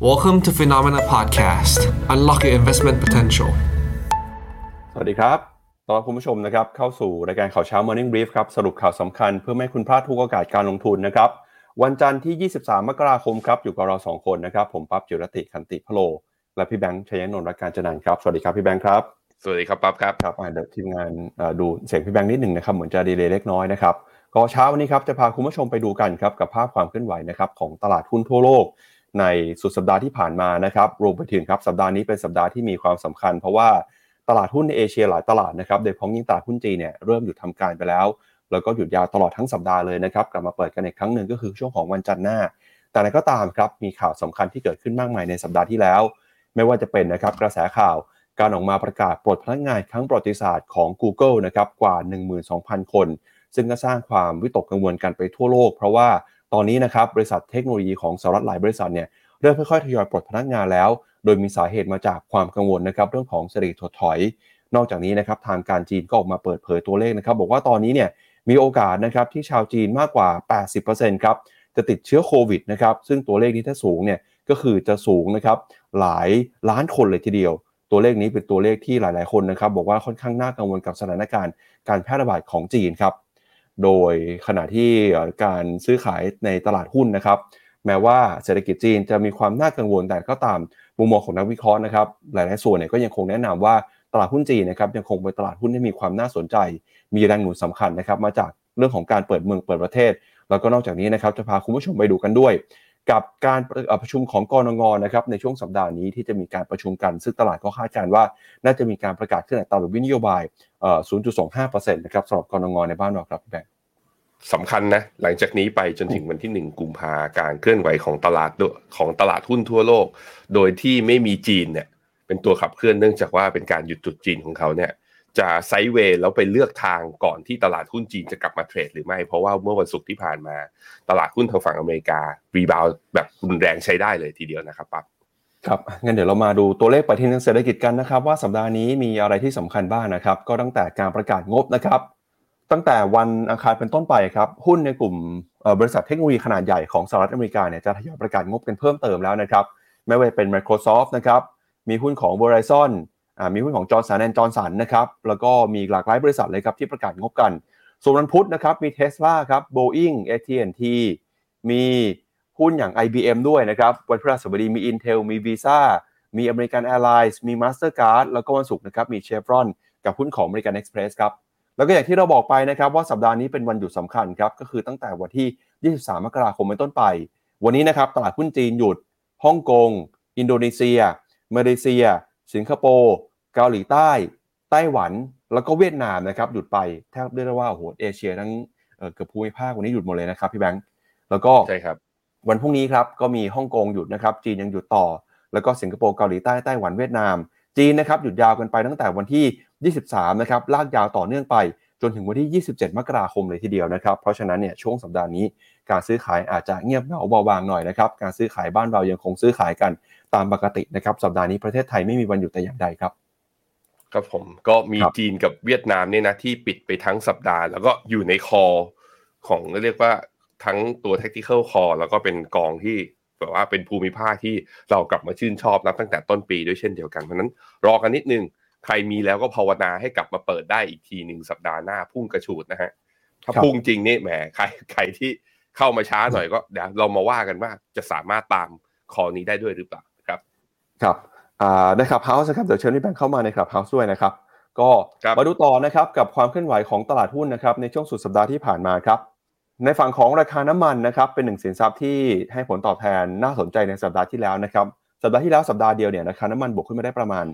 Welcome to Phenomena Podcast. Unlock your investment potential. สวัสดีครับต้อนรับคุณผู้ชมนะครับเข้าสู่รายการข่าวเช้า Morning Brief ครับสรุปข่าวสำคัญเพื่อไม่ให้คุณพลาดทุกโอกาสการลงทุนนะครับวันจันทร์ที่23มกราคมครับอยู่กับเรา2คนนะครับผมปั๊บจิรติขันติพโลและพี่แบงค์ชัยนนท์รักการจนันท์ครับสวัสดีครับพี่แบงค์ครับสวัสดีครับปั๊บครับครับเดี๋ยวทีมงานดูเสียงพี่แบงค์นิดนึงนะครับเหมือนจะดีเลย์เล็กน้อยนะครับก็เช้าวันนี้ครับจะพาคุณผู้ชมไปดูกันครับกับภาพความเคลื่อนไหวนะครับของตลาดหุ้นทั่วโลกในสุดสัปดาห์ที่ผ่านมานะครับรวมไปถึงครับสัปดาห์นี้เป็นสัปดาห์ที่มีความสำคัญเพราะว่าตลาดหุ้นในเอเชียหลายตลาดนะครับโดยเฉพาะยิ่งตลาดหุ้นจีนเนี่ยเริ่มหยุดทำการไปแล้วก็หยุดยาวตลอดทั้งสัปดาห์เลยนะครับกลับมาเปิดกันอีกครั้งหนึ่งก็คือช่วงของวันจันทร์หน้าแต่อะไรก็ตามครับมีข่าวสำคัญที่เกิดขึ้นมากมายในสัปดาห์ที่แล้วไม่ว่าจะเป็นนะครับกระแสข่าวการออกมาประกาศปลดพนักงานครั้งประวัติศาสตร์ของ Google นะครับกว่า 12,000 คนซึ่งก็สร้างความวิตกกังวลกันไปทั่วโลกเพราะว่าตอนนี้นะครับบริษัทเทคโนโลยีของสหรัฐหลายบริษัทเนี่ยเริ่มค่อยๆทยอยปลดพนักงานแล้วโดยมีสาเหตุมาจากความกังวลนะครับเรื่องของเศรษฐกิจถดถอยนอกจากนี้นะครับทางการจีนก็ออกมาเปิดเผยตัวเลขนะครับบอกว่าตอนนี้เนี่ยมีโอกาสนะครับที่ชาวจีนมากกว่า 80% ครับจะติดเชื้อโควิดนะครับซึ่งตัวเลขนี้ถ้าสูงเนี่ยก็คือจะสูงนะครับหลายล้านคนเลยทีเดียวตัวเลขนี้เป็นตัวเลขที่หลายๆคนนะครับบอกว่าค่อนข้างน่ากังวลกับสถานการณ์การแพร่ระบาดของจีนครับโดยขณะที่การซื้อขายในตลาดหุ้นนะครับแม้ว่าเศรษฐกิจจีนจะมีความน่ากังวลแต่ก็ตามมุมมองของนักวิเคราะห์นะครับหลายๆส่วนเนี่ยก็ยังคงแนะนำว่าตลาดหุ้นจีนนะครับยังคงเป็นตลาดหุ้นที่มีความน่าสนใจมีแรงหนุนสำคัญนะครับมาจากเรื่องของการเปิดเมืองเปิดประเทศแล้วก็นอกจากนี้นะครับจะพาคุณผู้ชมไปดูกันด้วยกับการประชุมของกนง.นะครับในช่วงสัปดาห์นี้ที่จะมีการประชุมกันซึ่งตลาดก็คาดการณ์ว่าน่าจะมีการประกาศขึ้นอัตราดอกเบี้ยนโยบาย0.25% นะครับสำหรับกนง.ในบ้านเราครับพี่แบงค์สำคัญนะหลังจากนี้ไปจนถึงวันที่1กุมภาพันธ์การเคลื่อนไหวของตลาดหุ้นทั่วโลกโดยที่ไม่มีจีนเนี่ยเป็นตัวขับเคลื่อนเนื่องจากว่าเป็นการหยุดจุดจีนของเขาเนี่ยจะไซด์เวย์แล้วไปเลือกทางก่อนที่ตลาดหุ้นจีนจะกลับมาเทรดหรือไม่เพราะว่าเมื่อวันศุกร์ที่ผ่านมาตลาดหุ้นทางฝั่งอเมริการีบาวด์แบบรุนแรงใช้ได้เลยทีเดียวนะครับปั๊บครับงั้นเดี๋ยวเรามาดูตัวเลขปฏิทินเศรษฐกิจกันนะครับว่าสัปดาห์นี้มีอะไรที่สำคัญบ้างนะครับก็ตั้งแต่การประกาศงบนะครับตั้งแต่วันอังคารเป็นต้นไปครับหุ้นในกลุ่มบริษัทเทคโนโลยีขนาดใหญ่ของสหรัฐอเมริกาเนี่ยจะทยอยประกาศงบกันเพิ่มเติมแล้วนะครับไม่ว่าเป็น Microsoft นะครับมีหุ้นของ Verizon มีหุ้นของ Johnson & Johnson นะครับแล้วก็มีหลากหลายบริษัทเลยครับที่ประกาศงบกันส่วนวันพุธนะครับมี Tesla ครับ Boeing AT&T มีหุ้นอย่าง IBM ด้วยนะครับวันพฤหัสบดีมี Intel มี Visa มี American Airlines มี Mastercard แล้วก็วันศุกร์นะครับมี Chevron กับหุ้นของ American Express ครับแล้วก็อย่างที่เราบอกไปนะครับว่าสัปดาห์นี้เป็นวันหยุดสำคัญครับก็คือตั้งแต่วันที่23มกราคมเป็นต้นไปวันนี้นะครับตลาดหุ้นจีนหยุดฮ่องกงอินโดนีเซียมาเลเซียสิงคโปร์เกาหลีใต้ไต้หวันแล้วก็เวียดนามนะครับหยุดไปแทบเรียกได้ว่าโอ้โหเอเชียทั้งเกือบภูมิภาควันนี้หยุดหมดเลยนะครับพี่แบงค์แล้วก็ใช่ครับวันพรุ่งนี้ครับก็มีฮ่องกงหยุดนะครับจีนยังหยุดต่อแล้วก็สิงคโปร์เกาหลีใต้ไต้หวันเวียดนามจีนนะครับหยุดยาวกันไปตั้งแต่วันที่23นะครับลากยาวต่อเนื่องไปจนถึงวันที่27มกราคมเลยทีเดียวนะครับเพราะฉะนั้นเนี่ยช่วงสัปดาห์นี้การซื้อขายอาจจะเงียบเหงาเบาบางหน่อยนะครับการซื้อขายบ้านเรายังคงซื้อขายกันตามปกตินะครับสัปดาห์นี้ประเทศไทยไม่มีวันหยุดแต่อย่างใดครับครับผมก็มีจีนกับเวียดนามเนี่ยนะที่ปิดไปทั้งสัปดาห์แล้วก็อยู่ในคอของเรียกว่าทั้งตัว tactical call แล้วก็เป็นกองที่แบบว่าเป็นภูมิภาคที่เรากลับมาชื่นชอบนับตั้งแต่ต้นปีด้วยเช่นเดียวกันเพราะนั้นรอกันนิดนึงใครมีแล้วก็ภาวนาให้กลับมาเปิดได้อีกทีนึงสัปดาห์หน้าพุ่งกระฉูดนะฮะถ้าพุ่งจริงนี่แหมใครที่เข้ามาช้าหน่อยก็เดี๋ยวเรามาว่ากันว่าจะสามารถตามคอนี้ได้ด้วยหรือเปล่าครับครับในคลับเฮาส์นะครับเดี๋ยวเชิญพี่แบงค์เข้ามาในคลับเฮาส์ด้วยนะครับก็มาดูต่อนะครับกับความเคลื่อนไหวของตลาดหุ้นนะครับในช่วงสุดสัปดาห์ที่ผ่านมาครับในฝั่งของราคาน้ำมันนะครับเป็นหนึ่งสินทรัพย์ที่ให้ผลตอบแทนน่าสนใจในสัปดาห์ที่แล้วนะครับสัปดาห์ที่แล้วสัปดาห์เดียวเนี่ยราคาน้ำมันบวกขึ้นมาได้ประมาณ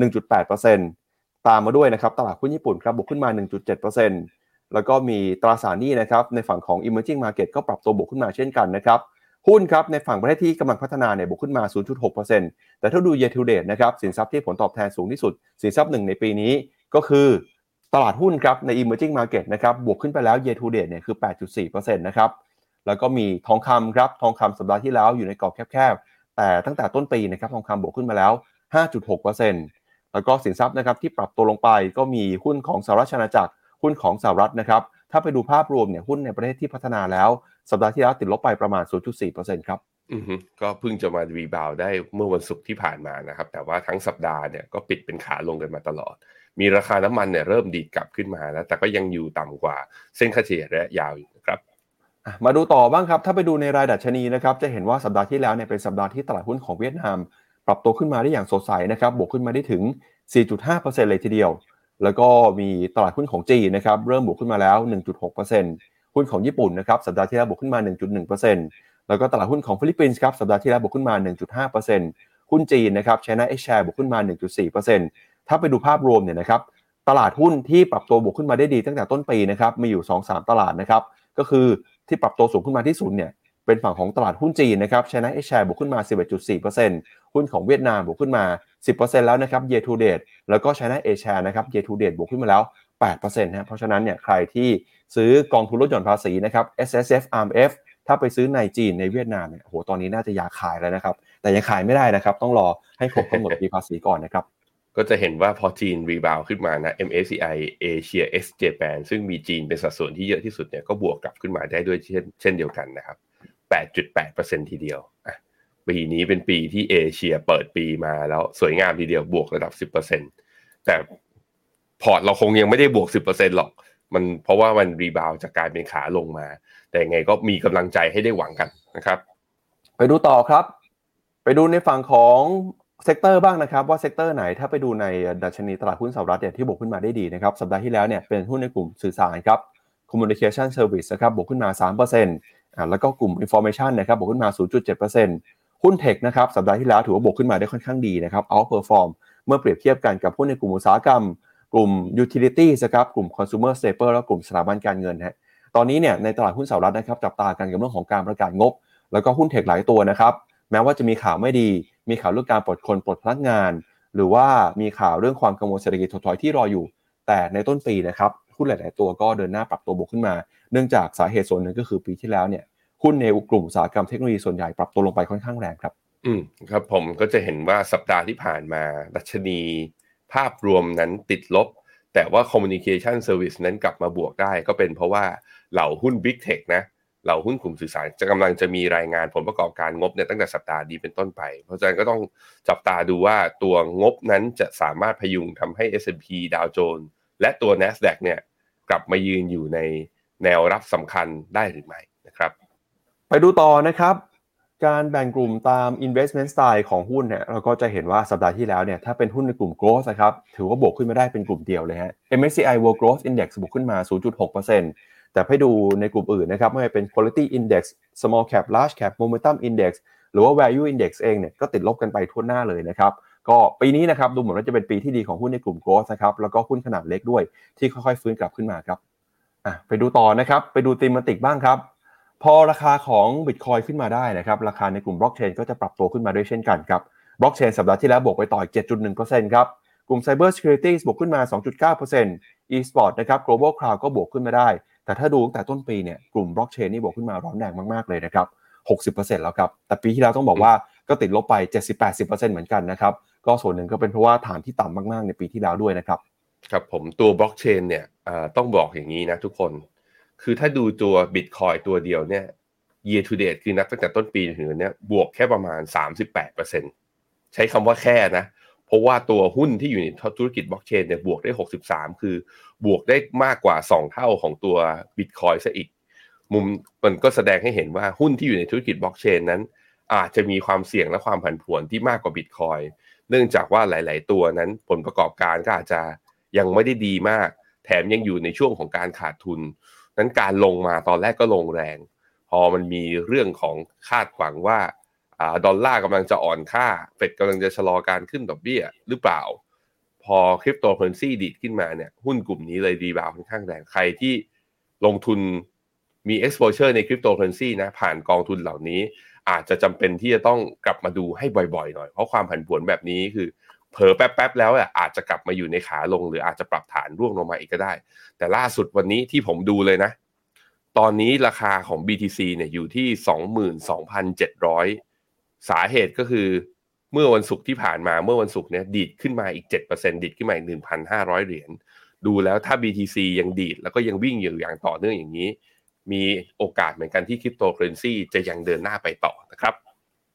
1.8% ตามมาด้วยนะครับตลาดหุ้นญี่ปุ่นครับบวกขึ้นมา 1.7% แล้วก็มีตราสารหนี้นะครับในฝั่งของ Emerging Market ก็ปรับตัวบวกขึ้นมาเช่นกันนะครับหุ้นครับในฝั่งประเทศที่กำลังพัฒนาเนี่ยบวกขึ้นมา 0.6% แต่ถ้าดู year to date นะครับสินทรัพย์ที่ผลตอบแทนสูงที่สุดสินทรัพย์หนึ่งในปีนี้ก็คือตลาดหุ้นครับใน Emerging Market นะครับบวกขึ้นไปแล้ว year to date เนี่ยคือ 8.4% นะครับแล้วก็มีทองคำครับทองคำสัปดาห์ที่แล้วอยู่ในกรอบแคบๆแต่ตั้งแต่ต้นปีนะครับทองคำบวกขึ้นมาแล้ว 5.6% แล้วก็สินทรัพย์นะครับที่ปรับตัวลงไปก็มีหุ้นของสหรัฐอาณาจักรหุ้นของสหรัฐนะครับถ้าไปดูภาพรวมเนี่ยหุ้นในประเทศที่พัฒนาแล้วสัปดาห์ที่แล้วติดลบไปประมาณ 0.4% ครับก็เพิ่งจะมารีบาวได้เมื่อวันศุกร์ที่ผ่านมานะครับแต่ว่าทั้งสัปดาห์เนี่ยก็ปิดเป็นขาลงกันมาตลอดมีราคาน้ำมันเนี่ยเริ่มดีดกลับขึ้นมาแล้วแต่ก็ยังอยู่ต่ำกว่าเส้นค่าเฉลี่ยระยะยาวอยู่นะครับมาดูต่อบ้างครับถ้าไปดูในรายดัชนีนะครับจะเห็นว่าสัปดาห์ที่แล้วเนี่ยเป็นสัปดาห์ที่ตลาดหุ้นของเวียดนามปรับตัวขึ้นมาได้อย่างสดใสนะครับบวกขึ้นมาได้ถึง 4.5% เลยทีเดียวแล้วก็มีตลาดหุ้นของจีนนะครับเริ่มบวกขึ้นมาแล้ว 1.6% หุ้นของญี่ปุ่นนะครับสัปดาห์ที่แล้วบวกขึ้นมา 1.1% แล้วก็ตลาดหุ้นของฟิลิปปินส์ครับสัปดาห์ที่แล้วบวกขึ้นมา 1.5% หุ้นจีนนะครับ China H-share บวกขึ้นมา 1.4% ถ้าไปดูภาพรวมเนี่ยนะครับตลาดหุ้นที่ปรับตัวบวกขึ้นมาได้ดีตั้งแต่ต้นปีนะครับมีอยู่ 2-3 ตลาดนะครับก็คือที่ปรับตัวสูงขึ้นมาที่สุดเนี่ยเป็นฝั่งของตลาดหุ้นจีนนะครับ China H-share บวกขึ้นมา 11.4% หุ้นของเวียดนามบวกขึ้นมา 10% แล้วนะครับ year to date แล้วก็ China H-share นะครับ year to date บวกขึ้นมาแล้ว 8% นะเพราะฉะนั้นเนี่ยใครที่ซื้อกองทุนลดหย่อนภาษีนะครับ SSF RMF ถ้าไปซื้อในจีนในเวียดนามเนี่ยโอ้โหตอนนี้น่าจะอยากขายแล้วนะครับแต่ยังขายไม่ได้นะครับต้องรอให้ครบกำหนดปีภาษีก่อนนะครับก็จะเห็นว่าพอจีนรีบาวขึ้นมานะ MSCI Asia Ex Japan ซึ่งมีจีนเป็นสัดส่วนที่เยอะที่สุดเนี่ยก็บวกกลับขึ้นมาได้ด้วยเช่นเดียวกันนะครับ 8.8% ทีเดียวปีนี้เป็นปีที่เอเชียเปิดปีมาแล้วสวยงามทีเดียวบวกระดับ 10% แต่พอร์ตเราคงยังไม่ได้บวก 10% หรอกมันเพราะว่ามันรีบาวจากการเป็นขาลงมาแต่ไงก็มีกำลังใจให้ได้หวังกันนะครับไปดูต่อครับไปดูในฝั่งของเซกเตอร์บ้างนะครับว่าเซกเตอร์ไหนถ้าไปดูในดัชนีตลาดหุ้นสหรัฐเนี่ยที่บวกขึ้นมาได้ดีนะครับสัปดาห์ที่แล้วเนี่ยเป็นหุ้นในกลุ่มสื่อสารครับ Communication Service นะครับบวกขึ้นมา 3% แล้วก็กลุ่ม Information นะครับบวกขึ้นมา 0.7% หุ้นเทคนะครับสัปดาห์ที่แล้วถือว่าบวกขึ้นมาได้ค่อนข้างดีนะครับ outperform เมื่อเปรียบเทียบกันกับหุ้นในกลุ่มอุตสาหกรรมกลุ่ม Utilities นะครับกลุ่ม Consumer Staple และกลุ่มสถาบันการเงินฮะตอนนี้เนี่ยในตลาดหุ้นสหรัฐนะครับจับตากันกับเรื่องของการประกาศงบแล้วก็หุ้นเทคหลายตัวนะครับแม้ว่าจะมีข่าวไม่ดีมีข่าวเรื่องการปลดคนปลดพนักงานหรือว่ามีข่าวเรื่องความกังวลเศรษฐกิจถดถอยที่รออยู่แต่ในต้นปีนะครับหุ้นหลายๆตัวก็เดินหน้าปรับตัวบวกขึ้นมาเนื่องจากสาเหตุส่วนหนึ่งก็คือปีที่แล้วเนี่ยหุ้นในกลุ่มอุตสาหกรรมเทคโนโลยีส่วนใหญ่ปรับตัวลงไปค่อนข้างแรงครับครับผมก็จะเห็นว่าสัปดาห์ที่ผ่านมาดัชนีภาพรวมนั้นติดลบแต่ว่า Communication Service นั้นกลับมาบวกได้ก็เป็นเพราะว่าเหล่าหุ้น Big Tech นะเหล่าหุ้นกลุ่มสื่อสารจะกำลังจะมีรายงานผลประกอบการงบเนี่ยตั้งแต่สัปดาห์นี้เป็นต้นไปเพราะฉะนั้นก็ต้องจับตาดูว่าตัวงบนั้นจะสามารถพยุงทำให้ S&P Dow Jones และตัว NASDAQ เนี่ยกลับมายืนอยู่ในแนวรับสำคัญได้หรือไม่นะครับไปดูต่อนะครับการแบ่งกลุ่มตาม investment style ของหุ้นเนี่ยเราก็จะเห็นว่าสัปดาห์ที่แล้วเนี่ยถ้าเป็นหุ้นในกลุ่ม growth นะครับถือว่าบวกขึ้นมาได้เป็นกลุ่มเดียวเลยฮะ MSCI World Growth Index บวกขึ้นมา 0.6% แต่ให้ดูในกลุ่มอื่นนะครับไม่ว่าเป็น Quality Index Small Cap Large Cap Momentum Index หรือว่า Value Index เองเนี่ยก็ติดลบกันไปทั่วหน้าเลยนะครับก็ปีนี้นะครับดูเหมือนว่าจะเป็นปีที่ดีของหุ้นในกลุ่ม growth นะครับแล้วก็หุ้นขนาดเล็กด้วยที่ค่อยๆฟื้นกลับขึ้นมาครับไปดูต่อนะครับไปดู thematic บ้างครับพอราคาของ Bitcoin ขึ้นมาได้นะครับราคาในกลุ่ม Blockchain ก็จะปรับตัวขึ้นมาด้วยเช่นกันครับ Blockchain สัปดาห์ที่แล้วบวกไปต่ออีก 7.1% ครับกลุ่ม Cyber Security บวกขึ้นมา 2.9% E-Sport นะครับ Global Cloud ก็บวกขึ้นมาได้แต่ถ้าดูตั้งแต่ต้นปีเนี่ยกลุ่ม Blockchain นี่บวกขึ้นมาร้อนแรงมากๆเลยนะครับ 60% แล้วครับแต่ปีที่แล้วต้องบอกว่าก็ติดลบไป 70-80% เหมือนกันนะครับก็ส่วนหนึ่งก็เป็นเพราะว่าฐานที่ต่ำมากๆในปีที่แล้วด้วยนะครับครับผมตัว Blockchain เนี่ยต้องบอกอย่างนี้นะทุกคนคือถ้าดูตัว Bitcoin ตัวเดียวเนี่ย year to date คือนับตั้งแต่ต้นปีถึงวันนี้บวกแค่ประมาณ 38% ใช้คำว่าแค่นะเพราะว่าตัวหุ้นที่อยู่ในธุรกิจ Blockchain เนี่ยบวกได้ 63 คือบวกได้มากกว่า2เท่าของตัว Bitcoin ซะอีกมุมมันก็แสดงให้เห็นว่าหุ้นที่อยู่ในธุรกิจ Blockchain นั้นอาจจะมีความเสี่ยงและความผันผวนที่มากกว่า Bitcoin เนื่องจากว่าหลายๆตัวนั้นผลประกอบการก็อาจจะยังไม่ได้ดีมากแถมยังอยู่ในช่วงของการขาดทุนนั้นการลงมาตอนแรกก็ลงแรงพอมันมีเรื่องของคาดหวังว่าดอลลาร์กำลังจะอ่อนค่าเฟดกำลังจะชะลอการขึ้นดอกเบี้ยหรือเปล่าพอคริปโตเคอเรนซีดีดขึ้นมาเนี่ยหุ้นกลุ่มนี้เลยรีบาวค่อนข้างแรงใครที่ลงทุนมี exposure ในคริปโตเคอเรนซีนะผ่านกองทุนเหล่านี้อาจจะจำเป็นที่จะต้องกลับมาดูให้บ่อยๆหน่อยเพราะความผันผวนแบบนี้คือเผลอแป๊บๆแล้วอาจจะกลับมาอยู่ในขาลงหรืออาจจะปรับฐานร่วงลงมาอีกก็ได้แต่ล่าสุดวันนี้ที่ผมดูเลยนะตอนนี้ราคาของ BTC เนี่ยอยู่ที่ 22,700 สาเหตุก็คือเมื่อวันศุกร์ที่ผ่านมาเมื่อวันศุกร์เนี่ยดีดขึ้นมาอีก 7% ดีดขึ้นมาอีก 1,500 เหรียญดูแล้วถ้า BTC ยังดีดแล้วก็ยังวิ่งอยู่อย่างต่อเนื่องอย่างนี้มีโอกาสเหมือนกันที่คริปโตเคอเรนซีจะยังเดินหน้าไปต่อนะครับ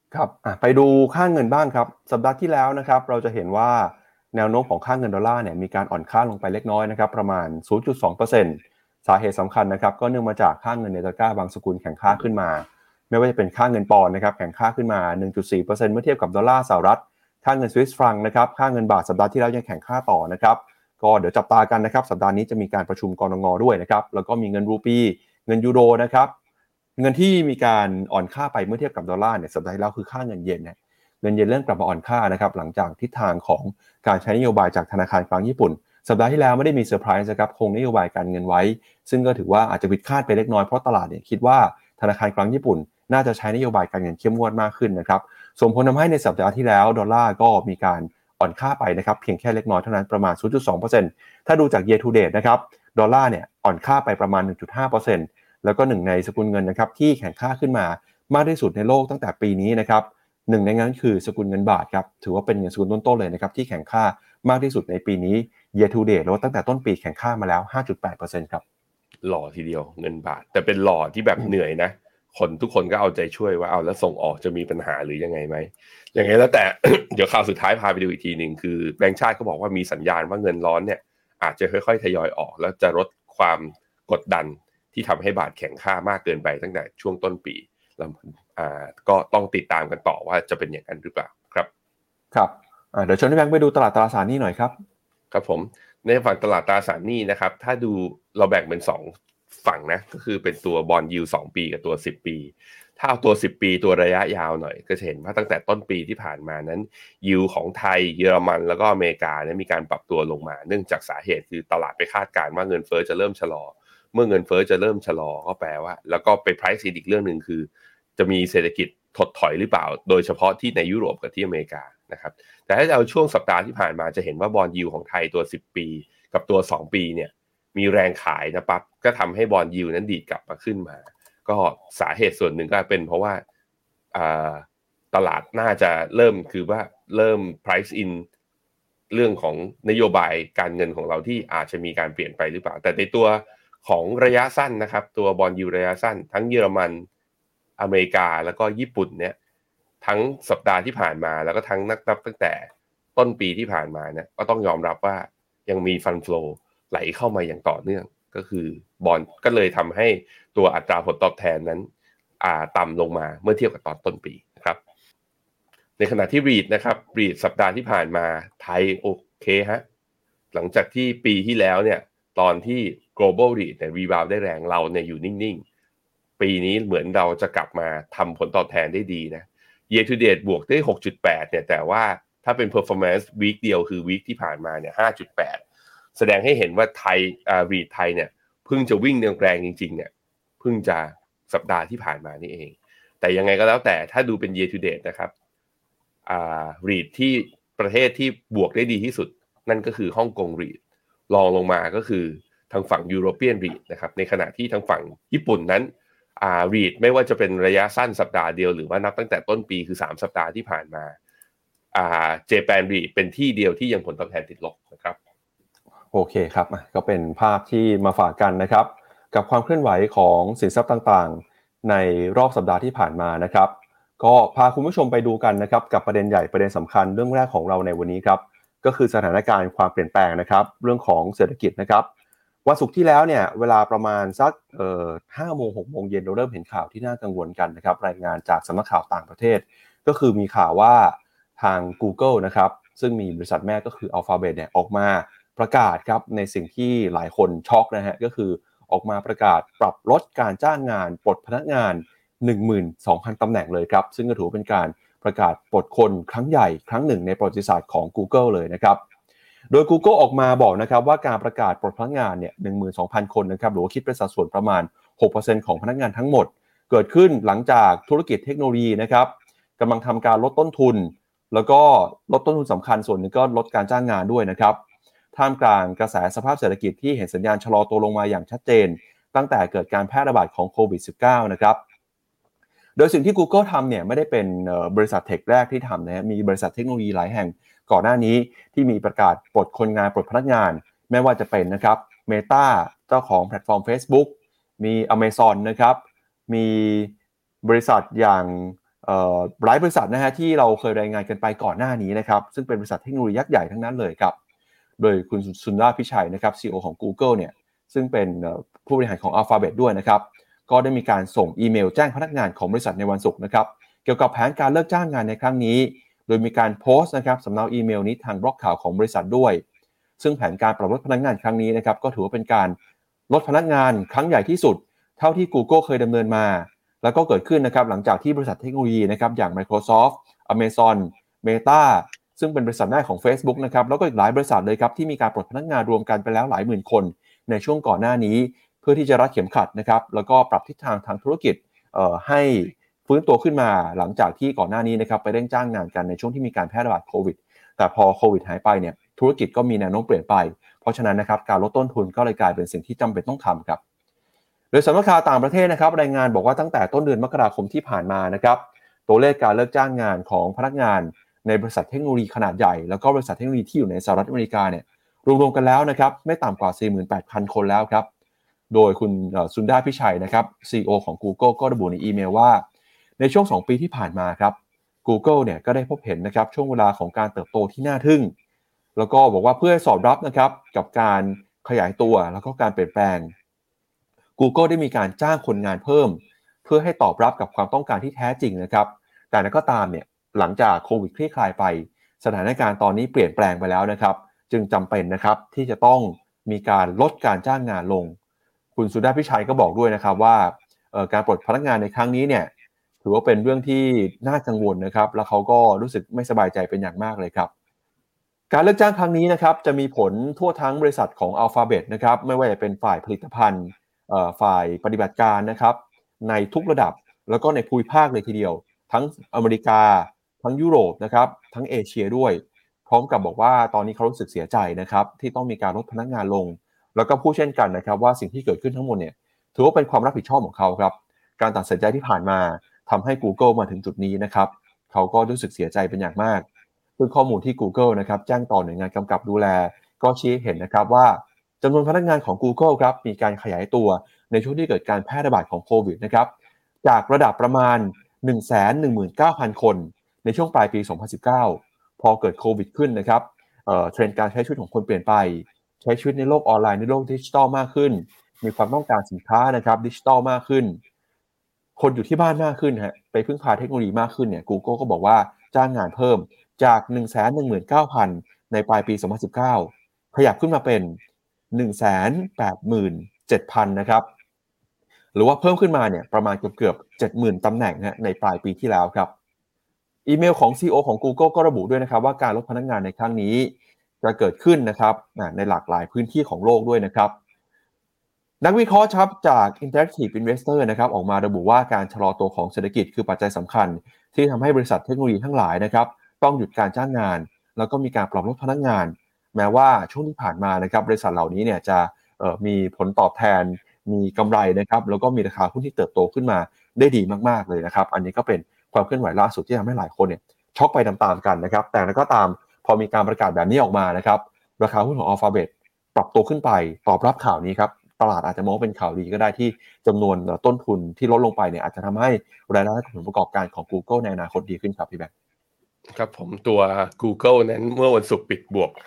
ครับไปดูค่าเงินบ้างครับสัปดาห์ที่แล้วนะครับเราจะเห็นว่าแนวโน้มของค่าเงินดอลลาร์เนี่ยมีการอ่อนค่าลงไปเล็กน้อยนะครับประมาณ 0.2% สาเหตุสำคัญนะครับก็เนื่องมาจากค่าเงินในตะกร้าบางสกุลแข็งค่าขึ้นมาไม่ว่าจะเป็นค่าเงินปอนด์นะครับแข็งค่าขึ้นมา 1.4% เมื่อเทียบกับดอลลาร์สหรัฐค่าเงินสวิสฟรังนะครับค่าเงินบาทสัปดาห์ที่แล้วยังแข็งค่าต่อนะครับก็เดี๋ยวจับตากันนะครับสัปดาห์นี้จะมีการประชุมกนง.ด้วยนะครับแล้วก็มีเงินรูปีเงินยูโรนะครับเงินที่มีการอ่อนค่าไปเมื่อเทียบกับดอลลาร์เนี่ยสัปดาห์ที่แล้วคือค่าเงินเยนเนี่ยเงินเยนเริ่มกลับมาอ่อนค่านะครับหลังจากทิศทางของการใช้นโยบายจากธนาคารกลางญี่ปุ่นสัปดาห์ที่แล้วไม่ได้มีเซอร์ไพรส์นะครับคงนโยบายการเงินไว้ซึ่งก็ถือว่าอาจจะผิดคาดไปเล็กน้อยเพราะตลาดเนี่ยคิดว่าธนาคารกลางญี่ปุ่นน่าจะใช้นโยบายการเงินเข้มงวดมากขึ้นนะครับส่งผลทำให้ในสัปดาห์ที่แล้วดอลลาร์ก็มีการอ่อนค่าไปนะครับเพียงแค่เล็กน้อยเท่านั้นประมาณ 0.2% ถ้าดูจาก year to date นะครับดอลลาร์เนี่ยอ่อนค่าไปประมาณ 1.5%แล้วก็หนึ่งในสกุลเงินนะครับที่แข็งค่าขึ้นมามากที่สุดในโลกตั้งแต่ปีนี้นะครับหนึ่งในนั้นคือสกุลเงินบาทครับถือว่าเป็นเงินสกุลต้นๆเลยนะครับที่แข็งค่ามากที่สุดในปีนี้ year to date แล้วตั้งแต่ต้นปีแข็งค่ามาแล้ว 5.8% ครับหล่อทีเดียวเงินบาทแต่เป็นหล่อที่แบบเหนื่อยนะคนทุกคนก็เอาใจช่วยว่าเอาแล้วส่งออกจะมีปัญหาหรือยังไงไหมอย่างไรแล้วแต่ เดี๋ยวข่าวสุดท้ายพาไปดูอีกทีหนึ่งคือแบงก์ชาติก็บอกว่ามีสัญญาณว่าเงินร้อนเนี่ยอาจจะค่อยๆทยอยออกแล้วจะลดความกดดันที่ทำให้บาทแข็งค่ามากเกินไปตั้งแต่ช่วงต้นปีแล้วก็ต้องติดตามกันต่อว่าจะเป็นอย่างนั้นหรือเปล่าครับครับเดี๋ยวชวนพี่แบงค์ไปดูตลาดตราสารหนี้หน่อยครับครับผมในฝั่งตลาดตราสารหนี้นะครับถ้าดูเราแบ่งเป็น2ฝั่งนะก็คือเป็นตัวบอนด์ยิลด์2ปีกับตัว10ปีถ้าเอาตัว10ปีตัวระยะยาวหน่อยก็จะเห็นว่าตั้งแต่ต้นปีที่ผ่านมานั้นยิลด์ของไทยเยอรมันแล้วก็อเมริกาเนี่ยมีการปรับตัวลงมาเนื่องจากสาเหตุคือตลาดไปคาดการณ์ว่าเงินเฟ้อจะเริ่มชะลอเมื่อเงินเฟ้อจะเริ่มชะลอก็แปลว่าแล้วก็ไป price in อีกเรื่องนึงคือจะมีเศรษฐกิจถดถอยหรือเปล่าโดยเฉพาะที่ในยุโรปกับที่อเมริกานะครับแต่ถ้าเอาช่วงสัปดาห์ที่ผ่านมาจะเห็นว่าบอนด์ยิลด์ของไทยตัว10ปีกับตัว2ปีเนี่ยมีแรงขายนะปั๊บก็ทำให้บอนด์ยิลด์นั้นดีดกลับมาขึ้นมาก็สาเหตุส่วนหนึ่งก็เป็นเพราะว่าตลาดน่าจะเริ่ม price in เรื่องของนโยบายการเงินของเราที่อาจจะมีการเปลี่ยนไปหรือเปล่าแต่ในตัวของระยะสั้นนะครับตัวบอนด์ยิลด์ระยะสั้นทั้งเยอรมันอเมริกาแล้วก็ญี่ปุ่นเนี่ยทั้งสัปดาห์ที่ผ่านมาแล้วก็ทั้งนับตั้งแต่ต้นปีที่ผ่านมาเนี่ยก็ต้องยอมรับว่ายังมีฟันโฟลว์ไหลเข้ามาอย่างต่อเนื่องก็คือบอนด์ก็เลยทำให้ตัวอัตราผลตอบแทนนั้นต่ำลงมาเมื่อเทียบกับตอนต้นปีนะครับในขณะที่รีทนะครับรีทสัปดาห์ที่ผ่านมาไทยโอเคฮะหลังจากที่ปีที่แล้วเนี่ยตอนที่ global REIT เนี่ยรีบาวได้แรงเราเนี่ยอยู่นิ่งๆปีนี้เหมือนเราจะกลับมาทำผลตอบแทนได้ดีนะ year to date บวกได้ 6.8 เนี่ยแต่ว่าถ้าเป็น performance week เดียวคือ week ที่ผ่านมาเนี่ย 5.8 แสดงให้เห็นว่าไทยREIT ไทยเนี่ยเพิ่งจะวิ่งแรงจริงๆเนี่ยเพิ่งจะสัปดาห์ที่ผ่านมานี่เองแต่ยังไงก็แล้วแต่ถ้าดูเป็น year to date นะครับREIT ที่ประเทศที่บวกได้ดีที่สุดนั่นก็คือฮ่องกง REIT รองลงมาก็คือทางฝั่ง European REIT นะครับในขณะที่ทางฝั่งญี่ปุ่นนั้นREIT ไม่ว่าจะเป็นระยะสั้นสัปดาห์เดียวหรือว่านับตั้งแต่ต้นปีคือ3สัปดาห์ที่ผ่านมาJapan REIT เป็นที่เดียวที่ยังผลตอบแทนติดลบนะครับโอเคครับก็เป็นภาพที่มาฝากกันนะครับกับความเคลื่อนไหวของสินทรัพย์ต่างๆในรอบสัปดาห์ที่ผ่านมานะครับก็พาคุณผู้ชมไปดูกันนะครับกับประเด็นใหญ่ประเด็นสำคัญเรื่องแรกของเราในวันนี้ครับก็คือสถานการณ์ความเปลี่ยนแปลงนะครับเรื่องของเศรษฐกิจนะครับวันศุกร์ที่แล้วเนี่ยเวลาประมาณสัก5 โมง 6 โมงเย็นเราเริ่มเห็นข่าวที่น่ากังวลกันนะครับรายงานจากสำนักข่าวต่างประเทศก็คือมีข่าวว่าทาง Google นะครับซึ่งมีบริษัทแม่ก็คือ Alphabet เนี่ยออกมาประกาศครับในสิ่งที่หลายคนช็อกนะฮะก็คือออกมาประกาศปรับลดการจ้างงานปลดพนักงาน 12,000 ตำแหน่งเลยครับซึ่งก็ถือเป็นการประกาศปลดคนครั้งใหญ่ครั้งหนึ่งในประวัติศาสตร์ของ Google เลยนะครับโดย Google ออกมาบอกนะครับว่าการประกาศปลดพนักงานเนี่ย 12,000 คนนะครับหรือว่าคิดเป็นสัดส่วนประมาณ 6% ของพนักงานทั้งหมดเกิดขึ้นหลังจากธุรกิจเทคโนโลยีนะครับกำลังทำการลดต้นทุนแล้วก็ลดต้นทุนสำคัญส่วนหนึ่งก็ลดการจ้างงานด้วยนะครับท่ามกลางกระแสสภาพเศรษฐกิจที่เห็นสัญญาณชะลอตัวลงมาอย่างชัดเจนตั้งแต่เกิดการแพร่ระบาดของโควิด -19 นะครับโดยสิ่งที่ Google ทำเนี่ยไม่ได้เป็นบริษัทเทคแรกที่ทำนะมีบริษัทเทคโนโลยีหลายแห่งก่อนหน้านี้ที่มีประกาศปลดคนงานปลดพนักงานไม่ว่าจะเป็นนะครับ Meta เจ้าของแพลตฟอร์ม Facebook มี Amazon นะครับมีบริษัทอย่างหลายบริษัทนะฮะที่เราเคยรายงานกันไปก่อนหน้านี้นะครับซึ่งเป็นบริษัทเทคโนโลยียักษ์ใหญ่ทั้งนั้นเลยครับโดยคุณสุนดาพิชัยนะครับ CEO ของ Google เนี่ยซึ่งเป็นผู้บริหารของ Alphabet ด้วยนะครับก็ได้มีการส่งอีเมลแจ้งพนักงานของบริษัทในวันศุกร์นะครับเกี่ยวกับแผนการเลิกจ้างงานในครั้งนี้โดยมีการโพสต์นะครับสำเนาอีเมลนี้ทางบล็อกข่าวของบริษัทด้วยซึ่งแผนการปรับลดพนักงานครั้งนี้นะครับก็ถือว่าเป็นการลดพนักงานครั้งใหญ่ที่สุดเท่าที่ Google เคยดำเนินมาแล้วก็เกิดขึ้นนะครับหลังจากที่บริษัทเทคโนโลยีนะครับอย่าง Microsoft Amazon Meta ซึ่งเป็นบริษัทแม่ของ Facebook นะครับแล้วก็อีกหลายบริษัทเลยครับที่มีการปลดพนักงานรวมกันไปแล้วหลายหมื่นคนในช่วงก่อนหน้านี้เพื่อที่จะรัดเข็มขัดนะครับแล้วก็ปรับทิศทางทางธุรกิจให้ฟื้นตัวขึ้นมาหลังจากที่ก่อนหน้านี้นะครับไปเร่งจ้างงานกันในช่วงที่มีการแพร่ระบาดโควิดแต่พอโควิดหายไปเนี่ยธุรกิจก็มีแนวโน้มเปลี่ยนไปเพราะฉะนั้นนะครับการลดต้นทุนก็เลยกลายเป็นสิ่งที่จำเป็นต้องทำครับโดยสำนักข่าวต่างประเทศนะครับรายงานบอกว่าตั้งแต่ต้นเดือนมกราคมที่ผ่านมานะครับตัวเลขการเลิกจ้างงานของพนักงานในบริษัทเทคโนโลยีขนาดใหญ่แล้วก็บริษัทเทคโนโลยีที่อยู่ในสหรัฐอเมริกาเนี่ยรวมๆกันแล้วนะครับไม่ต่ำกว่า 48,000 คนแล้วครับโดยคุณสุนดาพิชัยนะครับ CEO ของ Google ก็ระบุในอีเมลว่าในช่วง2 ปีที่ผ่านมาครับ Google เนี่ยก็ได้พบเห็นนะครับช่วงเวลาของการเติบโตที่น่าทึ่งแล้วก็บอกว่าเพื่อสอดรับนะครับกับการขยายตัวแล้วก็การเปลี่ยนแปลง Google ได้มีการจ้างคนงานเพิ่มเพื่อให้ตอบรับกับความต้องการที่แท้จริงนะครับแต่นั้นก็ตามเนี่ยหลังจากโควิดคลี่คลายไปสถานการณ์ตอนนี้เปลี่ยนแปลงไปแล้วนะครับจึงจำเป็นนะครับที่จะต้องมีการลดการจ้างงานลงคุณสุดาพิชัยก็บอกด้วยนะครับว่าการปลดพนักงานในครั้งนี้เนี่ยถือว่าเป็นเรื่องที่น่ากังวลนะครับแล้วเขาก็รู้สึกไม่สบายใจเป็นอย่างมากเลยครับการเลิกจ้างครั้งนี้นะครับจะมีผลทั่วทั้งบริษัทของ Alphabet นะครับไม่ว่าจะเป็นฝ่ายผลิตภัณฑ์ฝ่ายปฏิบัติการนะครับในทุกระดับแล้วก็ในภูมิภาคเลยทีเดียวทั้งอเมริกาทั้งยุโรปนะครับทั้งเอเชียด้วยพร้อมกับบอกว่าตอนนี้เขารู้สึกเสียใจนะครับที่ต้องมีการลดพนักงานลงแล้วก็พูดเช่นกันนะครับว่าสิ่งที่เกิดขึ้นทั้งหมดเนี่ยถือว่าเป็นความรับผิดชอบของเขาครับการตัดสินใจที่ผ่านมาทำให้ Google มาถึงจุดนี้นะครับเขาก็รู้สึกเสียใจเป็นอย่างมากซึ่งข้อมูลที่ Google นะครับแจ้งต่อหน่วยงานกำกับดูแลก็ชี้เห็นนะครับว่าจำนวนพนักงานของ Google ครับมีการขยายตัวในช่วงที่เกิดการแพร่ระบาดของโควิดนะครับจากระดับประมาณ 119,000 คนในช่วงปลายปี 2019 พอเกิดโควิดขึ้นนะครับเทรนด์การใช้ชีวิตของคนเปลี่ยนไปใช้ชีวิตในโลกออนไลน์ในโลกดิจิทัลมากขึ้นมีความต้องการสินค้านะครับดิจิทัลมากขึ้นคนอยู่ที่บ้านมากขึ้นฮะไปพึ่งพาเทคโนโลยีมากขึ้นเนี่ย Google ก็บอกว่าจ้างงานเพิ่มจาก 119,000 ในปลายปี 2019 ขยับขึ้นมาเป็น 187,000 นะครับหรือว่าเพิ่มขึ้นมาเนี่ยประมาณเกือบ 70,000 ตำแหน่งฮะในปลายปีที่แล้วครับอีเมลของ CEO ของ Google ก็ระบุด้วยนะครับว่าการลดพนักงานในครั้งนี้จะเกิดขึ้นนะครับในหลากหลายพื้นที่ของโลกด้วยนะครับนักวิเคราะห์ครับจาก Interactive Investor นะครับออกมาระบุว่าการชะลอตัวของเศรษฐกิจคือปัจจัยสำคัญที่ทำให้บริษัทเทคโนโลยีทั้งหลายนะครับต้องหยุดการจ้างงานแล้วก็มีการปรับลดพนักงานแม้ว่าช่วงที่ผ่านมานะครับบริษัทเหล่านี้เนี่ยจะมีผลตอบแทนมีกำไรนะครับแล้วก็มีราคาหุ้นที่เติบโตขึ้นมาได้ดีมากๆเลยนะครับอันนี้ก็เป็นความเคลื่อนไหวล่าสุดที่ทำให้หลายคนเนี่ยช็อกไปตามๆกันนะครับแต่ก็ตามพอมีการประกาศแบบนี้ออกมานะครับราคาหุ้นของ Alphabet ปรับตัวขึ้นไปตอบรับข่าวนี้ครับตลาดอาจจะมองเป็นข่าวดีก็ได้ที่จำนวนต้นทุนที่ลดลงไปเนี่ยอาจจะทำให้รายได้ผลประกอบการของ Google ในอนาคตดีขึ้นครับพี่แบงค์ครับผมตัว Google นั้นเมื่อวันศุกร์ปิดบวก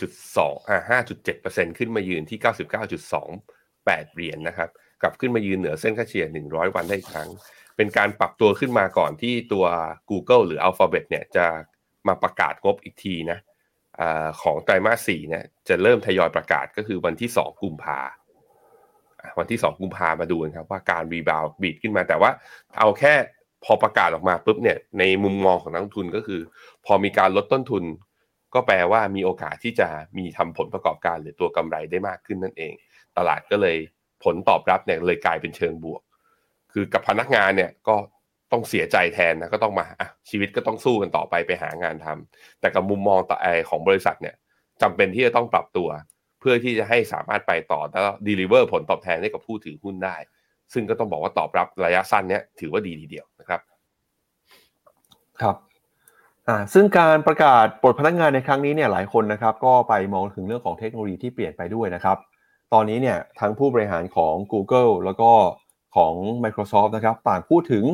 5.7% ขึ้นมายืนที่ 99.28 เหรียญนะครับกลับขึ้นมายืนเหนือเส้นค่าเฉลี่ย100วันได้อีกครั้งเป็นการปรับตัวขึ้นมาก่อนที่ตัว Google หรือ Alphabet เนี่ยจะมาประกาศงบอีกทีนะของไตรมาส 4เนี่ยจะเริ่มทยอยประกาศก็คือวันที่2 กุมภาพันธ์วันที่2 กุมภาพันธ์มาดูกันครับว่าการรีบาวด์บีทขึ้นมาแต่ว่าเอาแค่พอประกาศออกมาปุ๊บเนี่ยในมุมมองของนักลงทุนก็คือพอมีการลดต้นทุนก็แปลว่ามีโอกาสที่จะมีทำผลประกอบการหรือตัวกำไรได้มากขึ้นนั่นเองตลาดก็เลยผลตอบรับเนี่ยเลยกลายเป็นเชิงบวกคือกับพนักงานเนี่ยก็ต้องเสียใจแทนนะก็ต้องมาชีวิตก็ต้องสู้กันต่อไปหางานทำแต่กับมุมมองของบริษัทเนี่ยจำเป็นที่จะต้องปรับตัวเพื่อที่จะให้สามารถไปต่อแล้ว deliver ผลตอบแทนให้กับผู้ถือหุ้นได้ซึ่งก็ต้องบอกว่าตอบรับระยะสั้นเนี่ยถือว่าดีทีเดียวนะครับครับซึ่งการประกาศปลดพนักงานในครั้งนี้เนี่ยหลายคนนะครับก็ไปมองถึงเรื่องของเทคโนโลยีที่เปลี่ยนไปด้วยนะครับตอนนี้เนี่ยทั้งผู้บริหารของ Google แล้วก็ของ Microsoft นะครับต่างพูดถึง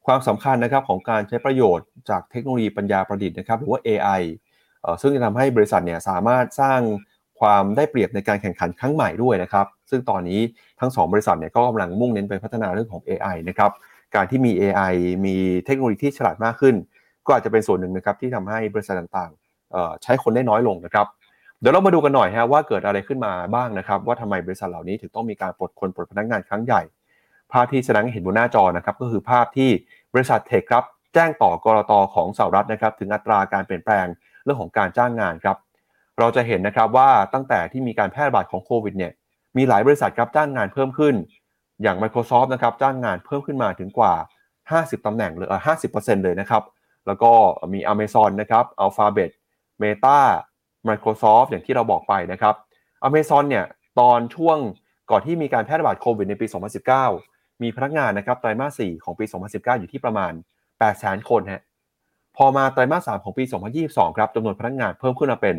ความสำคัญนะครับของการใช้ประโยชน์จากเทคโนโลยีปัญญาประดิษฐ์นะครับหรือว่า AI ซึ่งจะทำให้บริษัทเนี่ยสามารถสร้างความได้เปรียบในการแข่งขันครั้งใหม่ด้วยนะครับซึ่งตอนนี้ทั้ง2บริษัทเนี่ยก็กำลังมุ่งเน้นไปพัฒนาเรื่องของ AI นะครับการที่มี AI มีเทคโนโลยีที่ฉลาดมากขึ้นก็อาจจะเป็นส่วนหนึ่งนะครับที่ทำให้บริษัทต่างๆใช้คนได้น้อยลงนะครับเดี๋ยวเรามาดูกันหน่อยฮะว่าเกิดอะไรขึ้นมาบ้างนะครับว่าทำไมบริษัทเหล่านี้ถึงต้องมีการปลดพนักงานครั้งใหญ่ภาพที่แสดงให้เห็นบนหน้าจอนะครับก็คือภาพที่บริษัทเทคครับแจ้งต่อกลต.ของสหรัฐนะครับถึงอัตราการเปลี่ยนแปลงเรื่องของการจ้างงานครับเราจะเห็นนะครับว่าตั้งแต่ที่มีการแพร่ระบาดของโควิดเนี่ยมีหลายบริษัทครับจ้างงานเพิ่มขึ้นอย่าง Microsoft นะครับจ้างงานเพิ่มขึ้นมาถึงกว่า50ตำแหน่งหรือ50% เลยนะครับแล้วก็มี Amazon นะครับ Alphabet Meta Microsoft อย่างที่เราบอกไปนะครับ Amazon เนี่ยตอนช่วงก่อนที่มีการแพร่ระบาดโควิดในปี2019มีพนักงานนะครับไตรมาส4ของปี2019อยู่ที่ประมาณ 800,000 คนฮะพอมาไตรมาส3ของปี2022ครับจำนวนพนักงานเพิ่มขึ้นมาเป็น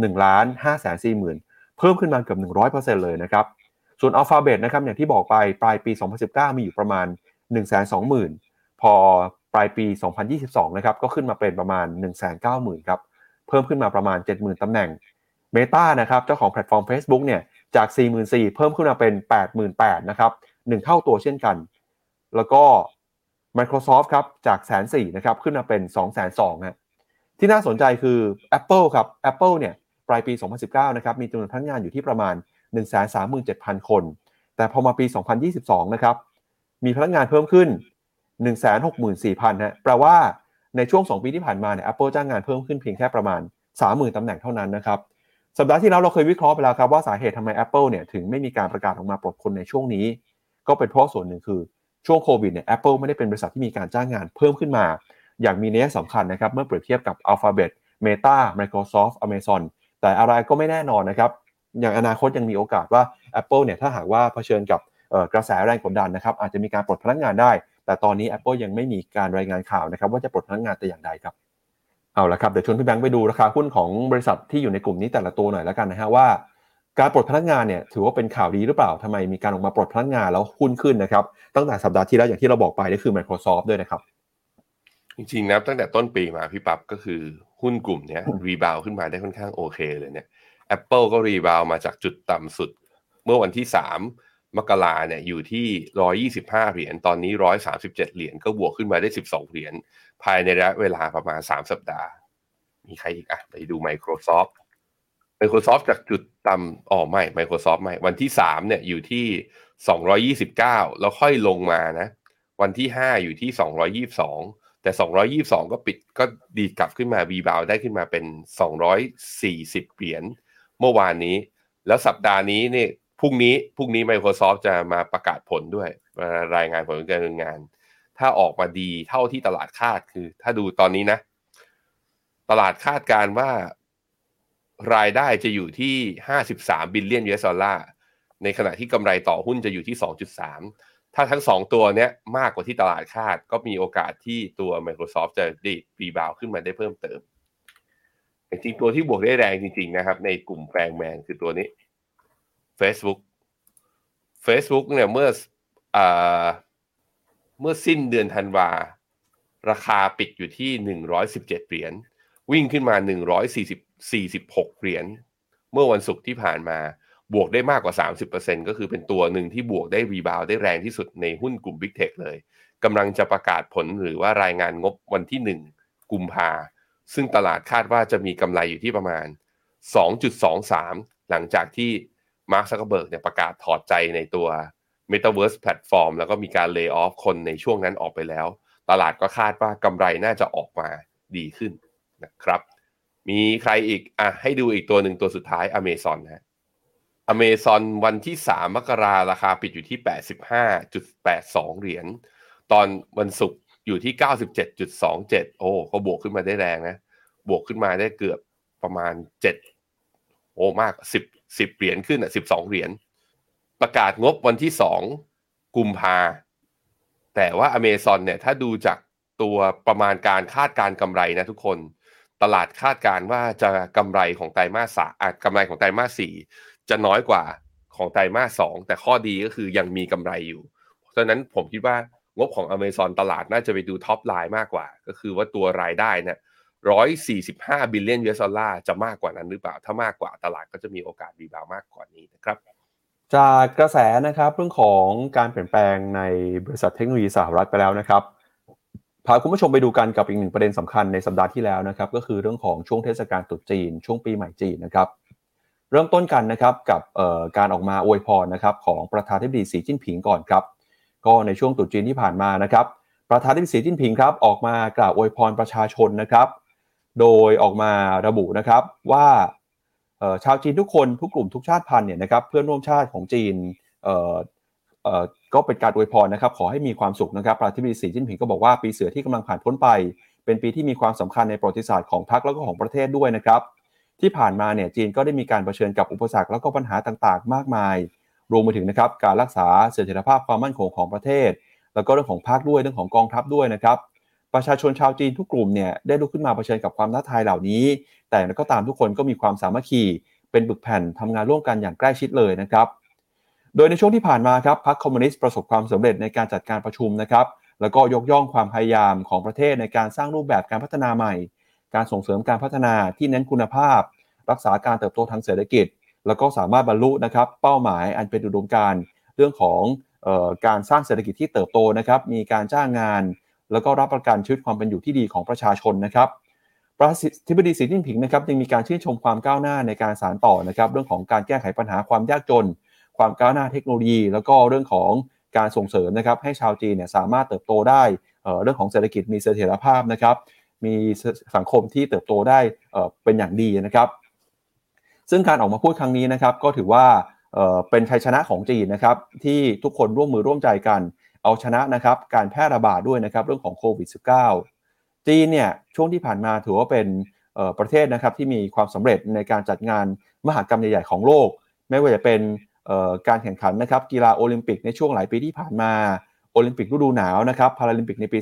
1,540,000 เพิ่มขึ้นมาเกือบ 100% เลยนะครับส่วน Alphabet นะครับอย่างที่บอกไปปลายปี2019มีอยู่ประมาณ 120,000 พอปลายปี2022นะครับก็ขึ้นมาเป็นประมาณ 190,000 ครับเพิ่มขึ้นมาประมาณ 70,000 ตำแหน่ง Meta นะครับเจ้าของแพลตฟอร์ม Facebook เนี่ยจาก 44,000 เพิ่มขึ้นมาเป็น 88,000 นะครับ1เท่าตัวเช่นกันแล้วก็ Microsoft ครับจาก 140,000 นะครับขึ้นมาเป็น 220,000 ฮะที่น่าสนใจคือ Apple ครับ Apple เนี่ยปลายปี2019นะครับมีจำนวนพนักงานอยู่ที่ประมาณ 137,000 คนแต่พอมาปี2022นะครับมีพนักงานเพิ่มขึ้น 164,000 ฮะแปลว่าในช่วง2ปีที่ผ่านมาเนี่ย Apple จ้างงานเพิ่มขึ้นเพียงแค่ประมาณ 30,000 ตำแหน่งเท่านั้นนะครับสัปดาห์ที่แล้วเราเคยวิเคราะห์ไปแล้วครับว่าสาเหตุทำไม Apple เนี่ยถึงไม่มีการประกาศออกมาปลดคนในช่วงนี้ก็เป็นเพราะส่วนหนึ่งคือช่วงโควิดเนี่ย Apple ไม่ได้เป็นบริษัทที่มีการจ้างงานเพิ่มขึ้นมาอย่างมีนัยสำคัญนะครับเมื่อเปรียบเทียบกับ Alphabet Meta Microsoft Amazon แต่อะไรก็ไม่แน่นอนนะครับอย่างอนาคตยังมีโอกาสว่า Apple เนี่ยถ้าหากว่าเผชิญกับกระแสแรงกดดันนะครับอาจจะมีการปลดพนักงานได้แต่ตอนนี้ Apple ยังไม่มีการรายงานข่าวนะครับว่าจะปลดพนักงานแต่อย่างใดครับเอาละครับเดี๋ยวชวนพี่แบงค์ไปดูราคาหุ้นของบริษัทที่อยู่ในกลุ่มนี้แต่ละตัวหน่อยแล้วกันนะฮะว่าการปลดพนักงานเนี่ยถือว่าเป็นข่าวดีหรือเปล่าทำไมมีการออกมาปลดพนักงานแล้วหุ้นขึ้นนะครับตั้งแต่สัปดาห์ที่แล้วอย่างที่เราบอกไปก็คือ Microsoft ด้วยนะครับจริงๆนะตั้งแต่ต้นปีมาพี่ปั๊บก็คือหุ้นกลุ่มเนี้ยรีบาวขึ้นมาได้ค่อนข้างโอเคเลยเนี่ย Apple ก็รีบาวมาจากจุดต่ำสุดเมื่อวันที่3มกราเนี่ยอยู่ที่125เหรียญตอนนี้137เหรียญก็บวกขึ้นมาได้12เหรียญภายในระยะเวลาประมาณ3สัปดาห์มีใครอีกไปดู Microsoft จากจุดต่ำไม่ Microsoft ไม่วันที่3เนี่ยอยู่ที่229แล้วค่อยลงมานะวันที่5อยู่ที่222แต่222ก็ปิดก็ดีกลับขึ้นมารีบาวได้ขึ้นมาเป็น240เหรียญเมื่อวานนี้แล้วสัปดาห์นี้เนี่ยพรุ่งนี้ Microsoft จะมาประกาศผลด้วยรายงานผลการดำเนินงานถ้าออกมาดีเท่าที่ตลาดคาดคือถ้าดูตอนนี้นะตลาดคาดการว่ารายได้จะอยู่ที่53บิลเลียน US ดอลลาร์ในขณะที่กำไรต่อหุ้นจะอยู่ที่ 2.3 ถ้าทั้ง2ตัวเนี้ยมากกว่าที่ตลาดคาดก็มีโอกาสที่ตัว Microsoft จะดีดรีบาวขึ้นมาได้เพิ่มเติมจริงๆตัวที่บวกได้แรงจริงๆนะครับในกลุ่มแฟงแมนคือตัวนี้ Facebook เนี่ยเมื่อสิ้นเดือนธันวาราคาปิดอยู่ที่117เหรียญวิ่งขึ้นมา146เหรียญเมื่อวันศุกร์ที่ผ่านมาบวกได้มากกว่า 30% ก็คือเป็นตัวหนึ่งที่บวกได้รีบาวได้แรงที่สุดในหุ้นกลุ่ม Big Tech เลยกำลังจะประกาศผลหรือว่ารายงานงบวันที่1กุมภาซึ่งตลาดคาดว่าจะมีกำไรอยู่ที่ประมาณ 2.23 หลังจากที่มาร์ค ซักเคอร์เบิร์กเนี่ยประกาศถอดใจในตัว Metaverse Platform แล้วก็มีการ lay off คนในช่วงนั้นออกไปแล้วตลาดก็คาดว่ากำไรน่าจะออกมาดีขึ้นนะครับมีใครอีกให้ดูอีกตัวหนึ่งตัวสุดท้าย Amazon นะ Amazon วันที่3มกราราคาปิดอยู่ที่ 85.82 เหรียญตอนวันศุกร์อยู่ที่ 97.27 โอ้ก็บวกขึ้นมาได้แรงนะบวกขึ้นมาได้เกือบประมาณมาก10เหรียญขึ้น12เหรียญประกาศงบวันที่2กุมภาแต่ว่า Amazon เนี่ยถ้าดูจากตัวประมาณการคาดการกำไรนะทุกคนตลาดคาดการว่าจะกำไรของไตรมาส3กำไรของไตรมาส4จะน้อยกว่าของไตรมาส2แต่ข้อดีก็คือยังมีกำไรอยู่เพราะฉะนั้นผมคิดว่างบของ Amazon ตลาดน่าจะไปดูท็อปไลน์มากกว่าก็คือว่าตัวรายได้เนี่ย145 บิลเลียน US ดอลลาร์จะมากกว่านั้นหรือเปล่าถ้ามากกว่าตลาดก็จะมีโอกาสรีบาวด์มากกว่านี้นะครับจากกระแสนะครับเรื่องของการเปลี่ยนแปลงในบริษัทเทคโนโลยีสหรัฐไปแล้วนะครับพาคุณผู้ชมไปดูกันกับอีกหนึ่งประเด็นสำคัญในสัปดาห์ที่แล้วนะครับก็คือเรื่องของช่วงเทศกาลตรุษจีนช่วงปีใหม่จีนนะครับเริ่มต้นกันนะครับกับการออกมาอวยพรนะครับของประธานาธิบดีสีจิ้นผิงก่อนครับก็ในช่วงตรุษจีนที่ผ่านมานะครับประธานาธิบดีสีจิ้นผิงครับออกมากล่าวอวยพรประชาชนนะครับโดยออกมาระบุนะครับว่าชาวจีนทุกคนทุกกลุ่มทุกชาติพันธุ์เนี่ยนะครับเพื่อนร่วมชาติของจีนเอ่อก็เป็นการอวยพรนะครับขอให้มีความสุขนะครับประธานาธิบดีสีจิ้นผิงก็บอกว่าปีเสือที่กำลังผ่านพ้นไปเป็นปีที่มีความสำคัญในประวัติศาสตร์ของพรรคแล้วก็ของประเทศด้วยนะครับที่ผ่านมาเนี่ยจีนก็ได้มีการเผชิญกับอุปสรรคแล้วก็ปัญหาต่างๆมากมายรวมไปถึงนะครับการรักษาเสถียรภาพความมั่นคงของประเทศแล้วก็เรื่องของพรรคด้วยเรื่องของกองทัพด้วยนะครับประชาชนชาวจีนทุกกลุ่มเนี่ยได้ลุกขึ้นมาเผชิญกับความท้าทายเหล่านี้แต่ก็ตามทุกคนก็มีความสามัคคีเป็นปึกแผ่นทำงานร่วมกันอย่างใกล้ชิดเลยนะครับโดยในช่วงที่ผ่านมาครับพรรคคอมมิวนิสต์ประสบความสำเร็จในการจัดการประชุมนะครับแล้วก็ยกย่องความพยายามของประเทศในการสร้างรูปแบบการพัฒนาใหม่การส่งเสริมการพัฒนาที่เน้นคุณภาพรักษาการเติบโตทางเศรษฐกิจแล้วก็สามารถบรรลุนะครับเป้าหมายอันเป็นอุดมการณ์เรื่องของการสร้างเศรษฐกิจที่เติบโตนะครับมีการจ้างงานแล้วก็รับประกันชีวิตความเป็นอยู่ที่ดีของประชาชนนะครับประธานาธิบดีสีจิ้นผิงนะครับยังมีการชื่นชมความก้าวหน้าในการสานต่อนะครับเรื่องของการแก้ไขปัญหาความยากจนความก้าวหน้าเทคโนโลยีแล้วก็เรื่องของการส่งเสริมนะครับให้ชาวจีนเนี่ยสามารถเติบโตได้เรื่องของเศรษฐกิจมีเสถียรภาพนะครับมีสังคมที่เติบโตได้เป็นอย่างดีนะครับซึ่งการออกมาพูดครั้งนี้นะครับก็ถือว่าเป็นชัยชนะของจีนนะครับที่ทุกคนร่วมมือร่วมใจกันเอาชนะนะครับการแพร่ระบาดด้วยนะครับเรื่องของโควิด -19 จีนเนี่ยช่วงที่ผ่านมาถือว่าเป็นประเทศนะครับที่มีความสำเร็จในการจัดงานมหกรรมใหญ่ๆของโลกไม่ว่าจะเป็นการแข่งขันนะครับกีฬาโอลิมปิกในช่วงหลายปีที่ผ่านมาโอลิมปิกฤดูหนาวนะครับพาราลิมปิกในปี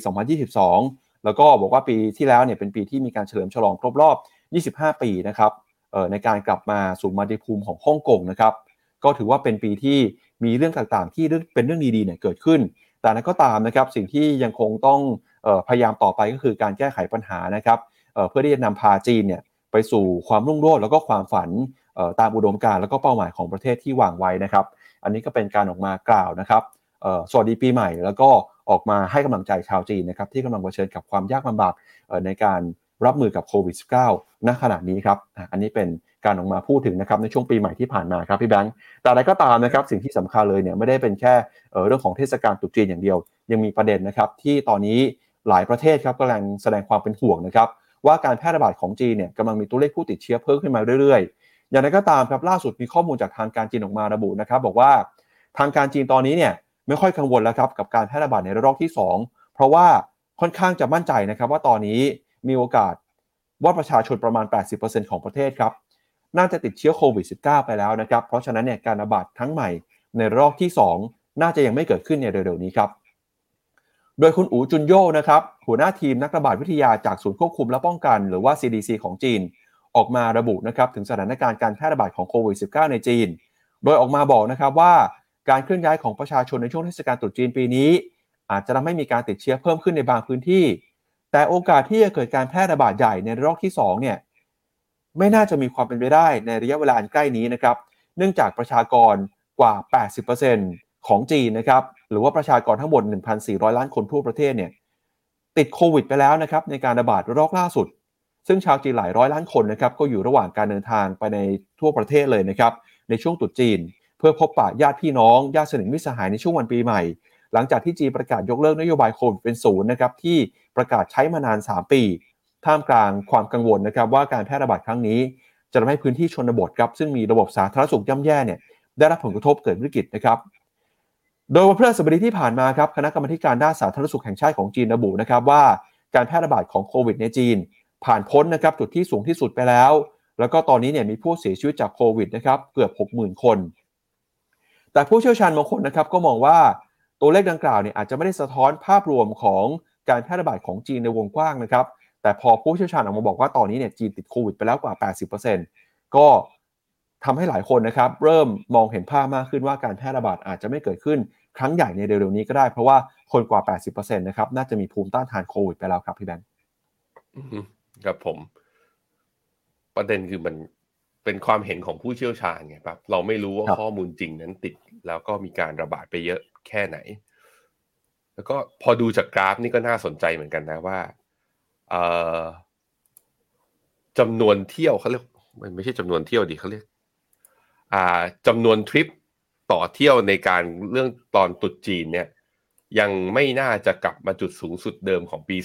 2022 แล้วก็บอกว่าปีที่แล้วเนี่ยเป็นปีที่มีการเฉลิมฉลองครบรอบ 25 ปีนะครับในการกลับมาสู่มาตุภูมิของฮ่องกงนะครับก็ถือว่าเป็นปีที่มีเรื่องต่างๆที่เป็นเรื่องดีๆเนี่ยเกิดขึ้นแต่นั้นก็ตามนะครับสิ่งที่ยังคงต้องพยายามต่อไปก็คือการแก้ไขปัญหานะครับเพื่อที่จะนำพาจีนเนี่ยไปสู่ความรุ่งโรจน์แล้วก็ความฝันตามอุดมการณ์แล้วก็เป้าหมายของประเทศที่วางไว้นะครับอันนี้ก็เป็นการออกมากล่าวนะครับสวัสดีปีใหม่แล้วก็ออกมาให้กำลังใจชาวจีนนะครับที่กำลังเผชิญกับความยากลำบากในการรับมือกับโควิด -19 ณขณะนี้ครับอันนี้เป็นการออกมาพูดถึงนะครับในช่วงปีใหม่ที่ผ่านมาครับพี่แบงค์แต่อะไรก็ตามนะครับสิ่งที่สำคัญเลยเนี่ยไม่ได้เป็นแค่เรื่องของเทศกาลตรุษจีนอย่างเดียวยังมีประเด็นนะครับที่ตอนนี้หลายประเทศครับกำลังแสดงความเป็นห่วงนะครับว่าการแพร่ระบาดของจีนเนี่ยกำลังมีตัวเลขผู้ติดเชื้อเพิ่มขึ้นมาเรื่อยๆอย่างไรก็ตามครับล่าสุดมีข้อมูลจากทางการจีนออกมาระบุนะครับบอกว่าทางการจีนตอนนี้เนี่ยไม่ค่อยกังวลแล้วครับกับการแพร่ระบาดในระลอกที่2เพราะว่าค่อนข้างจะมั่นใจนะครับว่าตอนนี้มีโอกาสว่าประชาชนประมาณ 80% ของประเทศครับน่าจะติดเชื้อโควิด -19 ไปแล้วนะครับเพราะฉะนั้นเนี่ยการระบาดครั้งใหม่ในระลอกที่2น่าจะยังไม่เกิดขึ้นในเร็วๆนี้ครับโดยคุณอู๋จุนโย่นะครับหัวหน้าทีมนักระบาดวิทยาจากศูนย์ควบคุมและป้องกันหรือว่า CDC ของจีนออกมาระบุนะครับถึงสถานการณ์การแพร่ระบาดของโควิด -19 ในจีนโดยออกมาบอกนะครับว่าการเคลื่อนย้ายของประชาชนในช่วงเทศกาลตรุษจีนปีนี้อาจจะทำให้มีการติดเชื้อเพิ่มขึ้นในบางพื้นที่แต่โอกาสที่จะเกิดการแพร่ระบาดใหญ่ในระลอกที่2เนี่ยไม่น่าจะมีความเป็นไปได้ในระยะเวลาอันใกล้นี้นะครับเนื่องจากประชากรกว่า 80% ของจีนนะครับหรือว่าประชากรทั้งหมด 1,400 ล้านคนทั่วประเทศเนี่ยติดโควิดไปแล้วนะครับในการระบาดระลอกล่าสุดซึ่งชาวจีนหลายร้อยล้านคนนะครับก็อยู่ระหว่างการเดินทางไปในทั่วประเทศเลยนะครับในช่วงตรุษจีนเพื่อพบปะญาติพี่น้องญาติสนิทมิตรสหายในช่วงวันปีใหม่หลังจากที่จีนประกาศยกเลิกนโยบายโควิดเป็นศูนย์นะครับที่ประกาศใช้มานาน3ปีท่ามกลางความกังวลนะครับว่าการแพร่ระบาดครั้งนี้จะทำให้พื้นที่ชนบทครับซึ่งมีระบบสาธารณสุขย่ำแย่เนี่ยได้รับผลกระทบเกิดวิกฤตนะครับโดยวันพฤหัสบดีที่ผ่านมาครับคณะกรรมาการด้านสาธารณสุขแห่งชาติของจีนระบุนะครับว่าการแพร่ระบาดของโควิดในจีนผ่านพ้นนะครับจุดที่สูงที่สุดไปแล้วแล้วก็ตอนนี้เนี่ยมีผู้เสียชีวิตจากโควิดนะครับเกือบ 60,000 คนแต่ผู้เชี่ยวชาญบางคนนะครับก็มองว่าตัวเลขดังกล่าวเนี่ยอาจจะไม่ได้สะท้อนภาพรวมของการแพร่ระบาดของจีนในวงกว้างนะครับแต่พอผู้เชี่ยวชาญออกมาบอกว่าตอนนี้เนี่ยจีนติดโควิดไปแล้วกว่า 80% ก็ทำให้หลายคนนะครับเริ่มมองเห็นภาพมากขึ้นว่าการแพร่ระบาดอาจจะไม่เกิดขึ้นครั้งใหญ่ในเร็วๆนี้ก็ได้เพราะว่าคนกว่า 80% นะครับน่าจะมีภูมิต้านทานโควิดไปแล้วครับพี่แบงค์ครับผมประเด็นคือมันเป็นความเห็นของผู้เชี่ยวชาญไงครับเราไม่รู้ว่าข้อมูลจริงนั้นติดแล้วก็มีการระบาดไปเยอะแค่ไหนแล้วก็พอดูจากกราฟนี่ก็น่าสนใจเหมือนกันนะว่าจำนวนเที่ยวเขาเรียกมันไม่ใช่จำนวนเที่ยวดิเขาเรียกจำนวนทริปต่อเที่ยวในการเรื่องตอนตรุษจีนเนี่ยยังไม่น่าจะกลับมาจุดสูงสุดเดิมของปี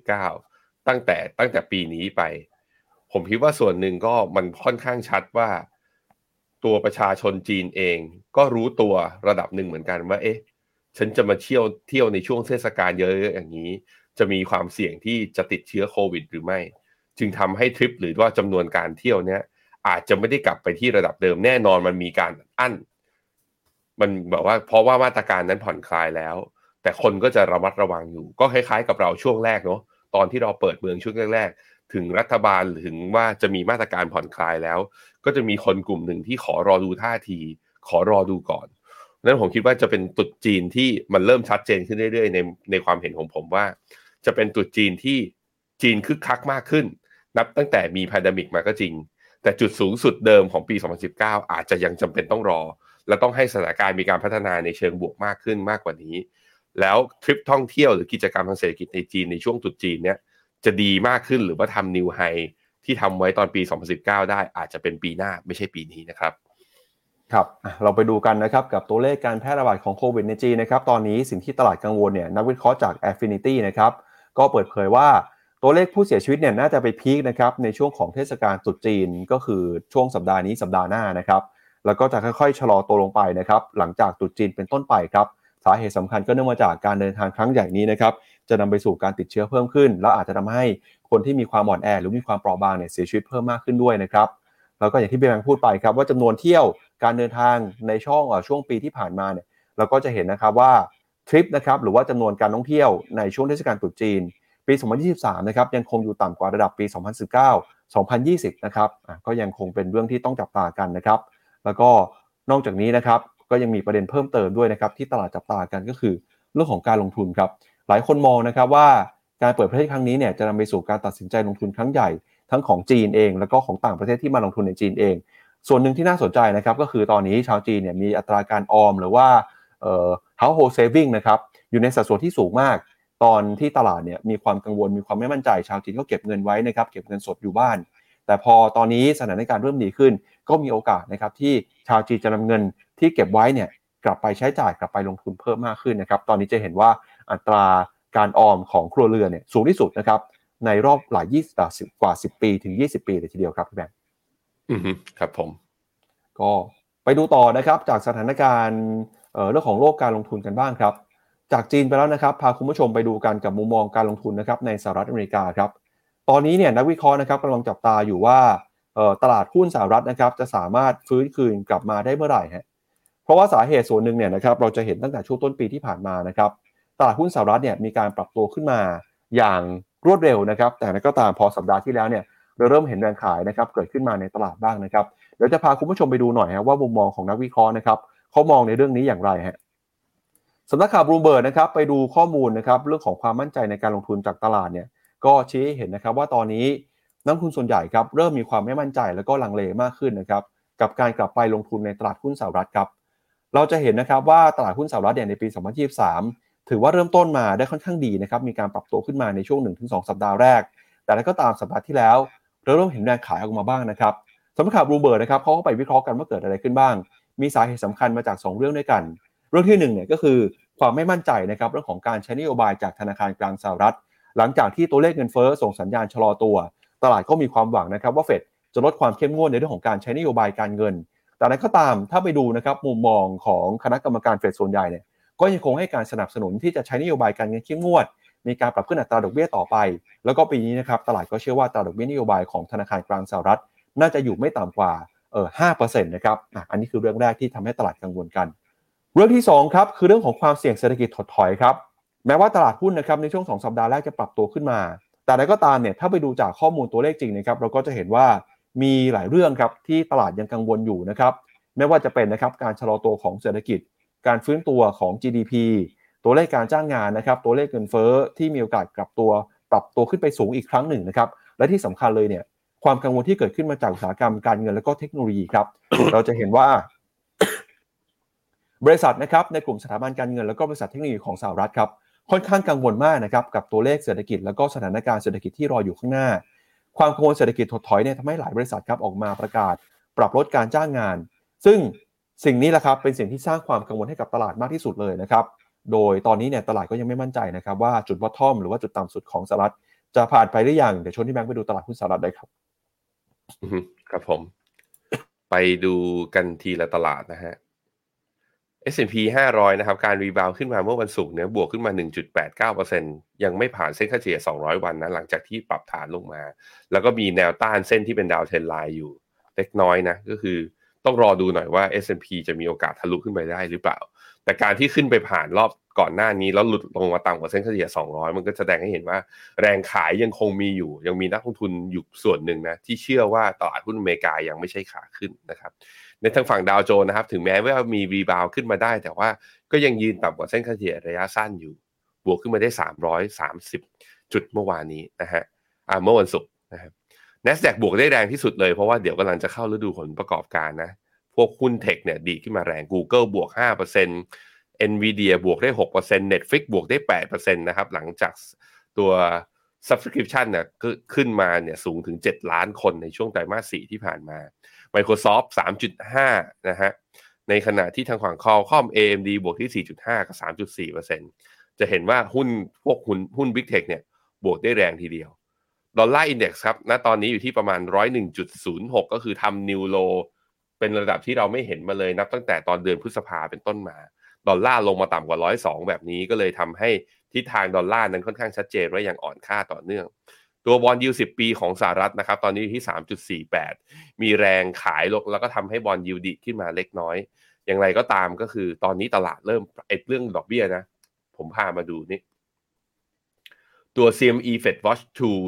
2019ตั้งแต่ปีนี้ไปผมคิดว่าส่วนหนึ่งก็มันค่อนข้างชัดว่าตัวประชาชนจีนเองก็รู้ตัวระดับหนึ่งเหมือนกันว่าฉันจะมาเที่ยวในช่วงเทศกาลเยอะๆอย่างนี้จะมีความเสี่ยงที่จะติดเชื้อโควิดหรือไม่จึงทำให้ทริปหรือว่าจำนวนการเที่ยวเนี้ยอาจจะไม่ได้กลับไปที่ระดับเดิมแน่นอนมันมีการอั้นมันแบบว่าเพราะว่ามาตรการนั้นผ่อนคลายแล้วแต่คนก็จะระมัดระวังอยู่ก็คล้ายๆกับเราช่วงแรกเนาะตอนที่เราเปิดเมืองช่วงแรกๆถึงรัฐบาลถึงว่าจะมีมาตรการผ่อนคลายแล้วก็จะมีคนกลุ่มหนึ่งที่ขอรอดูท่าทีขอรอดูก่อนนั้นผมคิดว่าจะเป็นตรุษจีนที่มันเริ่มชัดเจนขึ้นเรื่อยๆในความเห็นของผมว่าจะเป็นตรุษจีนที่จีนคึกคักมากขึ้นนับตั้งแต่มีแพนเดมิกมาก็จริงแต่จุดสูงสุดเดิมของปี2019อาจจะยังจำเป็นต้องรอและต้องให้สถานการณ์มีการพัฒนาในเชิงบวกมากขึ้นมากกว่านี้แล้วทริปท่องเที่ยวหรือกิจกรรมทางเศรษฐกิจในจีนในช่วงตรุษจีนเนี้ยจะดีมากขึ้นหรือว่าทำนิวไฮที่ทำไว้ตอนปี2019ได้อาจจะเป็นปีหน้าไม่ใช่ปีนี้นะครับครับเราไปดูกันนะครับกับตัวเลขการแพร่ระบาดของโควิดในจีนนะครับตอนนี้สิ่งที่ตลาดกังวลเนี่ยนักวิเคราะห์จาก Affinity นะครับก็เปิดเผยว่าตัวเลขผู้เสียชีวิตเนี่ยน่าจะไปพีคนะครับในช่วงของเทศกาลตรุษจีนก็คือช่วงสัปดาห์นี้สัปดาห์หน้านะครับแล้วก็จะค่อยๆชะลอตัวลงไปนะครับหลังจากตรุษจีนเป็นต้นไปครับสาเหตุสำคัญก็เนื่องมาจากการเดินทางครั้งใหญ่นี้นะครับจะนำไปสู่การติดเชื้อเพิ่มขึ้นแล้วอาจจะทำให้คนที่มีความอ่อนแอหรือมีความเปราะบางเนี่ยเสียชีวิตเพิ่มมากขึ้นด้วยนะครับแล้วก็อย่างที่พี่แบงค์พูดไปครับว่าจำนวนเที่ยวการเดินทางในช่วงปีที่ผ่านมาเนี่ยเราก็จะเห็นนะครับว่าทริปนะครับหรือว่าจำนวนการท่องเที่ยวในช่วงเทศกาลตรุษจีนปี2023นะครับยังคงอยู่ต่ำกว่าระดับปี2019 2020นะครับก็ยังคงเป็นเรื่องที่ต้องจับตากันนะครับแล้วก็นอกจากนี้นะครับก็ยังมีประเด็นเพิ่มเติมด้วยนะครับที่ตลาดจับตากันก็คือเรื่องของการลงทุนครับหลายคนมองนะครับว่าการเปิดประเทศครั้งนี้เนี่ยจะนำไปสู่การตัดสินใจลงทุนครั้งใหญ่ทั้งของจีนเองแล้วก็ของต่างประเทศที่มาลงทุนในจีนเองส่วนหนึ่งที่น่าสนใจนะครับก็คือตอนนี้ชาวจีนเนี่ยมีอัตราการออมหรือว่าhousehold saving นะครับอยู่ในสัดส่วนที่สูงมากตอนที่ตลาดเนี่ยมีความกังวลมีความไม่มั่นใจชาวจีนก็เก็บเงินไว้นะครับเก็บเงินสดอยู่บ้านแต่พอตอนนี้สถานการณ์เริ่มดีขึ้นก็มีโอกาสนะครับที่ชาวจีนจะนำเงินที่เก็บไว้เนี่ยกลับไปใช้จ่ายกลับไปลงทุนเพิ่มมากขึ้นนะครับตอนนี้จะเห็นว่าอัตราการออมของครัวเรือนเนี่ยสูงที่สุดนะครับในรอบหลาย20กว่า10ปีถึง20ปีเลยทีเดียวครับพี่แบงค์ครับผมก็ไปดูต่อนะครับจากสถานการณ์เรื่องของโลกการลงทุนกันบ้างครับจากจีนไปแล้วนะครับพาคุณผู้ชมไปดูกันกับมุมมองการลงทุนนะครับในสหรัฐอเมริกาครับตอนนี้เนี่ยนักวิเคราะห์นะครับกำลังจับตาอยู่ว่าตลาดหุ้นสหรัฐนะครับจะสามารถฟื้นคืนกลับมาได้เมื่อไหร่ฮะเพราะว่าสาเหตุส่วนหนึ่งเนี่ยนะครับเราจะเห็นตั้งแต่ช่วงต้นปีที่ผ่านมานะครับตลาดหุ้นสหรัฐเนี่ยมีการปรับตัวขึ้นมาอย่างรวดเร็วนะครับแต่ก็ตามพอสัปดาห์ที่แล้วเนี่ยเราเริ่มเห็นแรงขายนะครับเกิดขึ้นมาในตลาดบ้างนะครับเดี๋ยวจะพาคุณผู้ชมไปดูหน่อยว่ามุมมองของนักวิเคราะห์นะครับเขามองในเรื่องนี้อย่างไรฮะสำนักข่าวบลูมเบิร์กนะครับไปดูข้อมูลนะครับเรื่องของความมั่นใจในการลงทุนจากตลาดเนี่ยก็ชี้ให้เห็นนะครับว่าตอนนี้นักลงทุนส่วนใหญ่ครับเริ่มมีความไม่มั่นใจแล้วก็ลังเลมากขึ้นนะครับกับการกลับไปลงทุนในตลาดหุ้นสหรัฐครับเราจะเห็นนะครับว่าตลาดหุ้นสหรัฐเนี่ยในปี2023ถือว่าเริ่มต้นมาได้ค่อนข้างดีนะครับมีการปรับตัวขึ้นมาในช่วง 1-2 สัปดาห์แรกแต่แล้วก็ตามสัปดาห์ที่แล้วเราเริ่มเห็นแรงขายออกมาบ้างนะครับสำนักข่าวบลูมเบิร์กนะครับเขาก็ไปวิเคราะห์กันว่าเกิดอะไรขึ้นบ้างมีสาเหตุสำคัญมาจาก2เรื่องด้วยกันเรื่องที่1เนี่ยก็คือความไม่มั่นใจนะครับเรื่องของการใช้นโยบายจากธนาคารกลางสหรัฐหลังจากที่ตัวเลขเงินเฟ้อส่งสัญญาณชะลอตัวตลาดก็มีความหวังนะครับว่าเฟดจะลดความเข้มงวดในเรื่องของการใช้นโยบายการเงินแต่นั้นก็ตามถ้าไปดูนะครับมุมมองของคณะกรรมการเฟดส่วนใหญ่เนี่ยก็ยังคงให้การสนับสนุนที่จะใช้นโยบายการเงินเข้มงวดมีการปรับขึ้นอัตราดอกเบี้ยต่อไปแล้วก็ปีนี้นะครับตลาดก็เชื่อว่าอัตราดอกเบี้ยนโยบายของธนาคารกลางสหรัฐน่าจะอยู่ไม่ต่ำกว่า5% นะครับอันนี้คือเรื่องแรกที่ทำให้ตลาดกังวลกันเรื่องที่2ครับคือเรื่องของความเสี่ยงเศรษฐกิจถดถอยครับแม้ว่าตลาดหุ้นนะครับในช่วง2สัปดาห์แรกจะปรับตัวขึ้นมาแต่ใดก็ตามเนี่ยถ้าไปดูจากข้อมูลตัวเลขจริงนะครับเราก็จะเห็นว่ามีหลายเรื่องครับที่ตลาดยังกังวลอยู่นะครับไม่ว่าจะเป็นนะครับการชะลอตัวของเศรษฐกิจการฟื้นตัวของ GDP ตัวเลขการจ้างงานนะครับตัวเลขเงินเฟ้อที่มีโอกาสปรับตัวขึ้นไปสูงอีกครั้งหนึ่งนะครับและที่สำคัญเลยเนี่ยความกังวลที่เกิดขึ้นมาจากอุตสาหกรรมการเงินและก็เทคโนโลยีครับ เราจะเห็นว่าบริษัทนะครับในกลุ่มสถาบันการเงินแล้วก็บริษัทเทคโนโลยีของสหรัฐครับค่อนข้างกังวลมากนะครับกับตัวเลขเศรษฐกิจแล้วก็สถานการณ์เศรษฐกิจที่รออยู่ข้างหน้าความกังวลเศรษฐกิจถดถอยเนี่ยทำให้หลายบริษัทครับออกมาประกาศปรับลดการจ้างงานซึ่งสิ่งนี้แหละครับเป็นสิ่งที่สร้างความกังวลให้กับตลาดมากที่สุดเลยนะครับโดยตอนนี้เนี่ยตลาดก็ยังไม่มั่นใจนะครับว่าจุดบอททอมหรือว่าจุดต่ำสุดของสหรัฐจะผ่านไปหรือยังเดี๋ยวชวนที่แบงค์ไปดูตลาดหุ้นสหรัฐได้ครับครับผมไปดูกันทีละตลาดนะฮะ S&P 500นะครับการรีบาวขึ้นมาเมื่อวันศุกร์เนี่ยบวกขึ้นมา 1.89% ยังไม่ผ่านเส้นค่าเฉลี่ย200วันนะหลังจากที่ปรับฐานลงมาแล้วก็มีแนวต้านเส้นที่เป็นดาวเทรนไลน์อยู่เล็กน้อยนะก็คือต้องรอดูหน่อยว่า S&P จะมีโอกาสทะลุขึ้นไปได้หรือเปล่าแต่การที่ขึ้นไปผ่านรอบก่อนหน้านี้แล้วหลุดลงมาต่ำกว่าเส้นค่าเฉลี่ย200มันก็แสดงให้เห็นว่าแรงขายยังคงมีอยู่ยังมีนักลงทุนอยู่ส่วนหนึ่งนะที่เชื่อว่าตลาดหุ้นอเมริกายังไม่ใช่ขาขึ้นนะครับในทางฝั่งดาวโจนส์นะครับถึงแม้ว่ามีรีบาวขึ้นมาได้แต่ว่าก็ยังยืนต่ำกว่าเส้นค่าเฉลี่ยระยะสั้นอยู่บวกขึ้นมาได้330จุดเมื่อวานนี้นะฮะเมื่อวันศุกร์นะครับ NASDAQ บวกได้แรงที่สุดเลยเพราะว่าเดี๋ยวกำลังจะเข้าฤดูผลประกอบการนะพวกหุ้นเทคเนี่ยดีขึ้นมาแรง Google บวก 5% Nvidia บวกได้ 6% Netflix บวกได้ 8% นะครับหลังจากตัว Subscription เนี่ยขึ้นมาเนี่ยสูงถึง7ล้านคนในช่วงไตรมาส4ที่ผ่านมา Microsoft 3.5 นะฮะในขณะที่ทางฝั่ง Qualcomm AMD บวกที่ 4.5 กับ 3.4% จะเห็นว่าพวกหุ้น Big Tech เนี่ยบวกได้แรงทีเดียวดอลลาร์อินเด็กซ์ครับณตอนนี้อยู่ที่ประมาณ 101.06 ก็คือทำนิวโลเป็นระดับที่เราไม่เห็นมาเลยนับตั้งแต่ตอนเดือนพฤษภาเป็นต้นมาดอลลาร์ลงมาต่ำกว่า102แบบนี้ก็เลยทำให้ทิศทางดอลลาร์นั้นค่อนข้างชัดเจนว่ายังอ่อนค่าต่อเนื่องตัวบอนด์ยิลด์10 ปีของสหรัฐนะครับตอนนี้อยู่ที่ 3.48 มีแรงขายลงแล้วก็ทำให้บอนด์ยิลด์ดีขึ้นมาเล็กน้อยอย่างไรก็ตามก็คือตอนนี้ตลาดเริ่มเรื่องดอกเบี้ยนะผมพามาดูนี่ตัว CME Fed Watch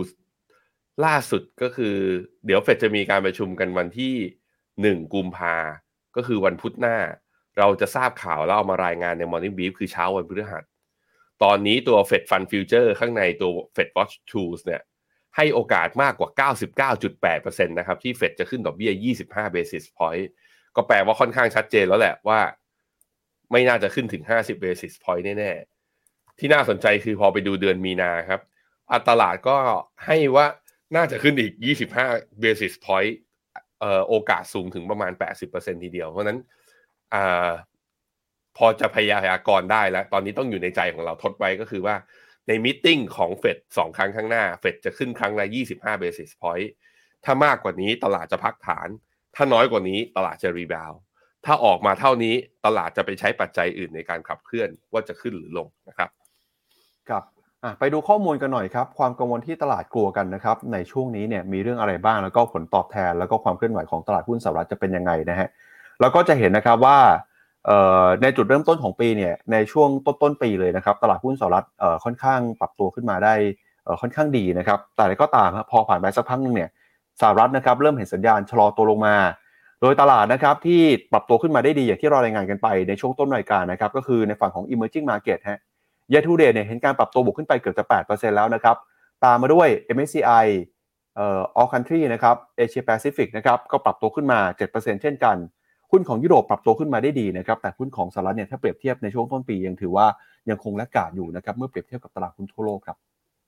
2ล่าสุดก็คือเดี๋ยวเฟดจะมีการประชุมกันวันที่1กุมภาก็คือวันพุธหน้าเราจะทราบข่าวแล้วเอามารายงานใน Morning Brief คือเช้าวันพฤหัสตอนนี้ตัว Fed Fund Future ข้างในตัว Fed Watch 2เนี่ยให้โอกาสมากกว่า 99.8% นะครับที่เฟดจะขึ้นดอกเบี้ย25 basis point ก็แปลว่าค่อนข้างชัดเจนแล้วแหละว่าไม่น่าจะขึ้นถึง50 basis point แน่ๆที่น่าสนใจคือพอไปดูเดือนมีนาครับตลาดก็ให้ว่าน่าจะขึ้นอีก25 basis point โอกาสสูงถึงประมาณ 80% ทีเดียวเพราะนั้นพอจะพยากรณ์ได้แล้วตอนนี้ต้องอยู่ในใจของเราทดไว้ก็คือว่าในมีตติ้งของเฟด2ครั้งข้างหน้าเฟดจะขึ้นครั้งละ25 basis point ถ้ามากกว่านี้ตลาดจะพักฐานถ้าน้อยกว่านี้ตลาดจะรีบาวด์ถ้าออกมาเท่านี้ตลาดจะไปใช้ปัจจัยอื่นในการขับเคลื่อนว่าจะขึ้นหรือลงนะครับครับไปดูข้อมูลกันหน่อยครับความกังวลที่ตลาดกลัวกันนะครับในช่วงนี้เนี่ยมีเรื่องอะไรบ้างแล้วก็ผลตอบแทนแล้วก็ความเคลื่อนไหวของตลาดหุ้นสหรัฐจะเป็นยังไงนะฮะแล้วก็จะเห็นนะครับว่าในจุดเริ่มต้นของปีเนี่ยในช่วงต้นปีเลยนะครับตลาดหุ้นสหรัฐค่อนข้างปรับตัวขึ้นมาได้ค่อนข้างดีนะครับแต่ก็ตามพอผ่านไปสักพักนึงเนี่ยสหรัฐนะครับเริ่มเห็นสัญญาณชะลอตัวลงมาโดยตลาดนะครับที่ปรับตัวขึ้นมาได้ดีอย่างที่เรารายงานกันไปในช่วงต้นรายการนะครับก็คือในฝั่งของ emerging market ฮะyear to date เนี่ยเห็นการปรับตัวบวกขึ้นไปเกือบจะ 8% แล้วนะครับตามมาด้วย MSCI All Country นะครับ Asia Pacific นะครับก็ปรับตัวขึ้นมา 7% เช่นกันหุ้นของยุโรปปรับตัวขึ้นมาได้ดีนะครับแต่หุ้นของสหรัฐเนี่ยถ้าเปรียบเทียบในช่วงต้นปียังถือว่ายังคงแลกขาดอยู่นะครับเมื่อเปรียบเทียบกับตลาดหุ้นทั่วโลกครับ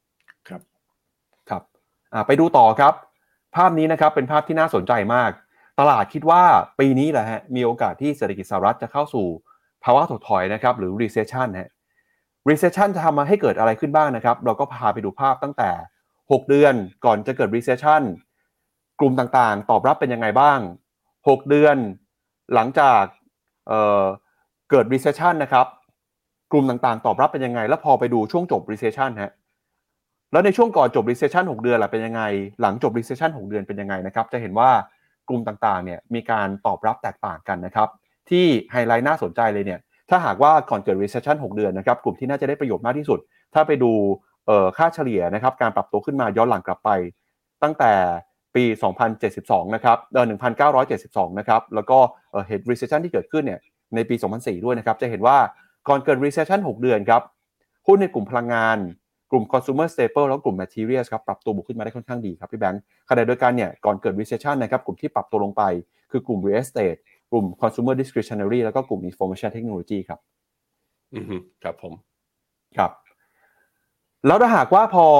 ครับไปดูต่อครับภาพนี้นะครับเป็นภาพที่น่าสนใจมากตลาดคิดว่าปีนี้แหละฮะมีโอกาสที่เศรษฐกิจสหรัฐจะเข้าสู่ภาวะถดถอยนะครับหรือ recession ฮะrecession จะทำมาให้เกิดอะไรขึ้นบ้างนะครับเราก็พาไปดูภาพตั้งแต่6เดือนก่อนจะเกิด recession กลุ่มต่างๆตอบรับเป็นยังไงบ้าง6เดือนหลังจากเกิด recession นะครับกลุ่มต่างๆตอบรับเป็นยังไงแล้วพอไปดูช่วงจบ recession ฮะแล้วในช่วงก่อนจบ recession 6เดือนล่ะเป็นยังไงหลังจบ recession 6เดือนเป็นยังไงนะครับจะเห็นว่ากลุ่มต่างๆเนี่ยมีการตอบรับแตกต่างกันนะครับที่ไฮไลท์น่าสนใจเลยเนี่ยถ้าหากว่าก่อนเกิด recession 6เดือนนะครับกลุ่มที่น่าจะได้ประโยชน์มากที่สุดถ้าไปดูค่าเฉลี่ยนะครับการปรับตัวขึ้นมาย้อนหลังกลับไปตั้งแต่ปี2072นะครับ1972นะครับแล้วก็เหตุ recession ที่เกิดขึ้นเนี่ยในปี2004ด้วยนะครับจะเห็นว่าก่อนเกิด recession 6 เดือนครับหุ้นในกลุ่มพลังงานกลุ่ม consumer staple แล้วกลุ่ม materials ครับปรับตัวบวกขึ้นมาได้ค่อนข้างดีครับพี่แบงค์ขณะเดียวกันเนี่ยก่อนเกิด recession นะครับกลุ่มที่ปรับตัวลงไปคือกลุ่ม real estate กลุ่ม consumer discretionary แล้วก็กลุ่ม information technology ครับครับผมครับแล้วถ้าหากว่าพอ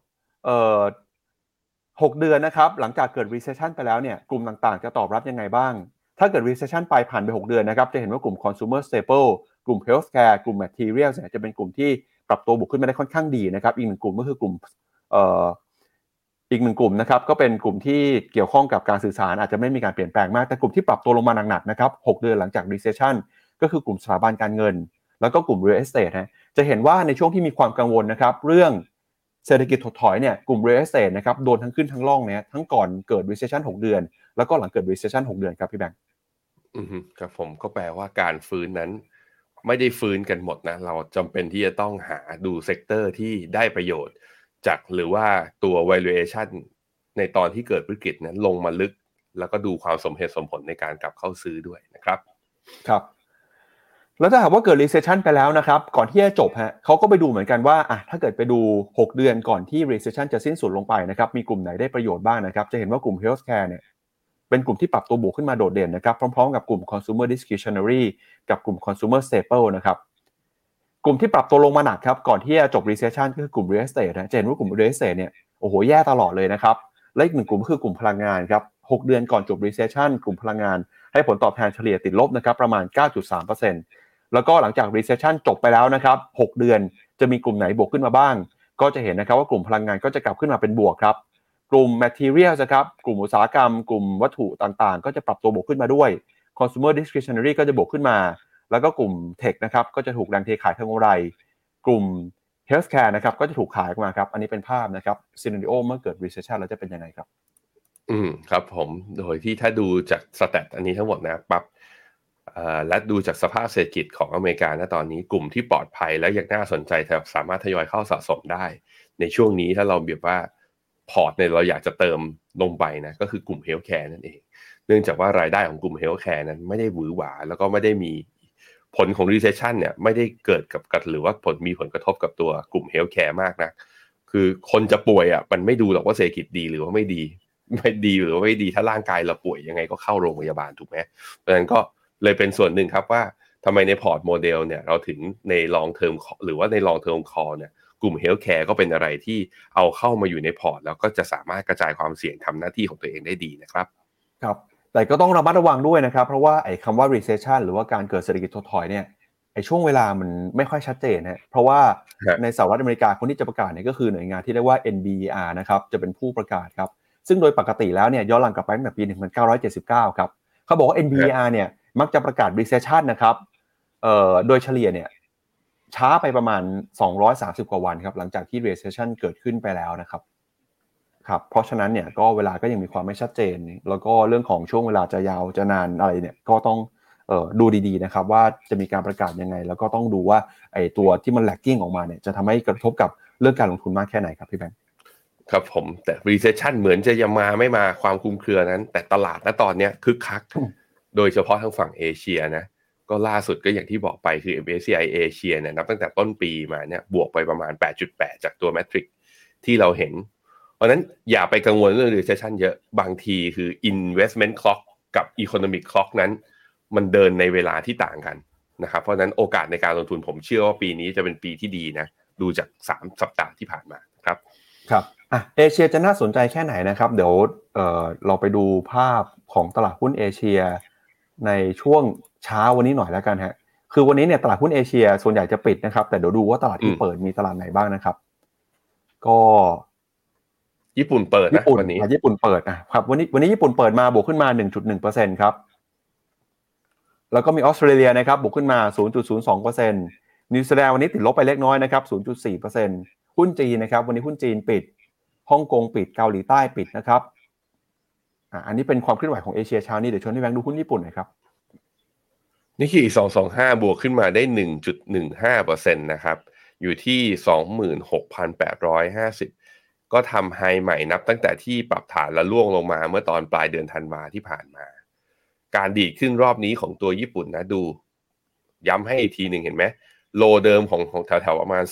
6 เดือนนะครับหลังจากเกิด recession ไปแล้วเนี่ยกลุ่มต่างๆจะตอบรับยังไงบ้างถ้าเกิด recession ไปผ่านไป6 เดือนนะครับจะเห็นว่ากลุ่ม consumer staple กลุ่ม healthcare กลุ่ม materials เนี่ยจะเป็นกลุ่มที่ปรับตัวบวกขึ้นมาได้ค่อนข้างดีนะครับอีกหนึ่งกลุ่มก็คือกลุ่มอีกหนึ่งกลุ่มนะครับก็เป็นกลุ่มที่เกี่ยวข้องกับการสื่อสารอาจจะไม่มีการเปลี่ยนแปลงมากแต่กลุ่มที่ปรับตัวลงมาหนักๆนะครับ6 เดือนหลังจาก recession ก็คือกลุ่มสถาบันการเงินแล้วก็กลุ่ม real estate นะจะเห็นว่าในช่วงที่มีความกังวลนะครับเรื่องเศรษฐกิจถดถอยเนี่ยกลุ่ม real estate นะครับโดนทั้งขึ้นทั้งล่องเนี่ยทั้งก่อนเกิด recession 6 เดือนแล้วก็หลังเกิด recession 6 เดือนครับพี่แบงค์ครับผมก็แปลว่าการฟื้นนั้นไม่ได้ฟื้นกันหมดนะเราจำเป็นที่จะต้องหาดูเซกเตอร์ที่ได้ประโยชน์จากหรือว่าตัว valuation ในตอนที่เกิดวิกฤตนั้นลงมาลึกแล้วก็ดูความสมเหตุสมผลในการกลับเข้าซื้อด้วยนะครับครับแล้วถ้าหากว่าเกิด recession ไปแล้วนะครับก่อนที่จะจบฮะเขาก็ไปดูเหมือนกันว่าถ้าเกิดไปดู6 เดือนก่อนที่ recession จะสิ้นสุดลงไปนะครับมีกลุ่มไหนได้ประโยชน์บ้างนะครับจะเห็นว่ากลุ่ม healthcare เนี่ยเป็นกลุ่มที่ปรับตัวบวกขึ้นมาโดดเด่นนะครับพร้อมๆกับกลุ่ม consumer discretionary กับกลุ่ม consumer staple นะครับกลุ่มที่ปรับตัวลงมาหนักครับก่อนที่จะจบ recession ก็คือกลุ่ม real estate นะจะเห็นว่ากลุ่ม real estate เนี่ยโอ้โหแย่ตลอดเลยนะครับและอีกหนึ่งกลุ่มก็คือกลุ่มพลังงานครับ6 เดือนก่อนจบ recession กลุ่มพลังงานให้ผลตอบแทนเฉลี่ยติดลบนะครับประมาณ 9.3%แล้วก็หลังจาก recession จบไปแล้วนะครับ6 เดือนจะมีกลุ่มไหนบวกขึ้นมาบ้างก็จะเห็นนะครับว่ากลุ่มพลังงานก็จะกลับขึ้นมาเป็นบวกครับกลุ่ม materials นะครับกลุ่มอุตสาหกรรมกลุ่มวัตถุต่างๆก็จะปรับตัวบวกขึ้นมาด้วย consumer discretionary ก็จะบวกขึ้นมาแล้วก็กลุ่ม tech นะครับก็จะถูกแรงเทขายทางกำไรกลุ่ม healthcare นะครับก็จะถูกขายออกมาครับอันนี้เป็นภาพนะครับ scenario เมื่อเกิด recession แล้วจะเป็นยังไงครับครับผมโดยที่ถ้าดูจากสแตทอันนี้ทั้งหมดนะปั๊บและดูจากสภาพเศรษฐกิจของอเมริกาณตอนนี้กลุ่มที่ปลอดภัยและยังน่าสนใจสามารถทยอยเข้าสะสมได้ในช่วงนี้ถ้าเราแบบว่าพอร์ตเนี่ยเราอยากจะเติมลงไปนะก็คือกลุ่มเฮลท์แคร์นั่นเองเนื่องจากว่ารายได้ของกลุ่มเฮลท์แคร์นั้นไม่ได้หวือหวาแล้วก็ไม่ได้มีผลของ recession เนี่ยไม่ได้เกิดกับหรือว่ามีผลกระทบกับตัวกลุ่มเฮลท์แคร์มากนะคือคนจะป่วยมันไม่ดูหรอกว่าเศรษฐกิจดีหรือว่าไม่ดีหรือว่าไม่ดีถ้าร่างกายเราป่วยยังไงก็เข้าโรงพยาบาลถูกไหมเพราะฉะนั้นก็เลยเป็นส่วนหนึ่งครับว่าทำไมในพอร์ตโมเดลเนี่ยเราถึงใน long term หรือว่าใน long term call เนี่ยกลุ่ม healthcare ก็เป็นอะไรที่เอาเข้ามาอยู่ในพอร์ตแล้วก็จะสามารถกระจายความเสี่ยงทำหน้าที่ของตัวเองได้ดีนะครับครับแต่ก็ต้องระมัดระวังด้วยนะครับเพราะว่าไอ้คำว่า recession หรือว่าการเกิดเศรษฐกิจถดถอยเนี่ยไอ้ช่วงเวลามันไม่ค่อยชัดเจนนะเพราะว่าในสหรัฐอเมริกาคนที่จะประกาศเนี่ยก็คือหน่วยงานที่เรียกว่า NBER นะครับจะเป็นผู้ประกาศครับซึ่งโดยปกติแล้วเนี่ยย้อนหลังกลับไปตั้งแต่ปี 1979 ครับเขาบอกว่า NBER เนี่ยมักจะประกาศ recession นะครับโดยเฉลี่ยเนี่ยช้าไปประมาณ230กว่าวันครับหลังจากที่ recession เกิดขึ้นไปแล้วนะครับครับเพราะฉะนั้นเนี่ยก็เวลาก็ยังมีความไม่ชัดเจนแล้วก็เรื่องของช่วงเวลาจะยาวจะนานอะไรเนี่ยก็ต้องดูดีๆนะครับว่าจะมีการประกาศยังไงแล้วก็ต้องดูว่าไอ้ตัวที่มัน lagging ออกมาเนี่ยจะทำให้กระทบกับเรื่องการลงทุนมากแค่ไหนครับพี่แบงค์ครับผมแต่ recession เหมือนจะยังไม่มาความคลุมเครือนั้นแต่ตลาดณตอนนี้คึกคักโดยเฉพาะทางฝั่งเอเชียนะก็ล่าสุดก็อย่างที่บอกไปคือ MSCI เอเชียเนี่ยนับตั้งแต่ต้นปีมาเนี่ยบวกไปประมาณ 8.8 จากตัวแมทริกที่เราเห็นเพราะนั้นอย่าไปกังวลเรื่อง recession เยอะบางทีคือ investment clock กับ economic clock นั้นมันเดินในเวลาที่ต่างกันนะครับเพราะนั้นโอกาสในการลงทุนผมเชื่อว่าปีนี้จะเป็นปีที่ดีนะดูจาก3สัปดาห์ที่ผ่านมาครับครับเอเชียจะน่าสนใจแค่ไหนนะครับเดี๋ยวเราไปดูภาพของตลาดหุ้นเอเชียในช่วงเช้าวันนี้หน่อยแล้วกันฮะคือวันนี้เนี่ยตลาดหุ้นเอเชียส่วนใหญ่จะปิดนะครับแต่เดี๋ยวดูว่าตลาดที่เปิดมีตลาดไหนบ้างนะครับก็ญี่ปุ่นเปิดนะวันนี้ญี่ปุ่นเปิดนะครับวันนี้ญี่ปุ่นเปิดมาบวกขึ้นมา 1.1% ครับแล้วก็มีออสเตรเลียนะครับบวกขึ้นมา 0.02% นิวซีแลนด์วันนี้ติดลบไปเล็กน้อยนะครับ 0.4% หุ้นจีนนะครับวันนี้หุ้นจีนปิดฮ่องกงปิดเกาหลีใต้ปิดนะครับอันนี้เป็นความเคลื่อนไหวของเอเชียเช้านี้เดี๋ยวชวนให้แบงค์ดูหุ้นญี่ปุ่นหน่อยครับนิกเกอิ225บวกขึ้นมาได้ 1.15% นะครับอยู่ที่ 26,850 ก็ทำไฮใหม่นับตั้งแต่ที่ปรับฐานและล่วงลงมาเมื่อตอนปลายเดือนธันวาที่ผ่านมาการดีดขึ้นรอบนี้ของตัวญี่ปุ่นนะดูย้ำให้อีกทีหนึ่งเห็นไหมโลเดิมของแถวๆประมาณ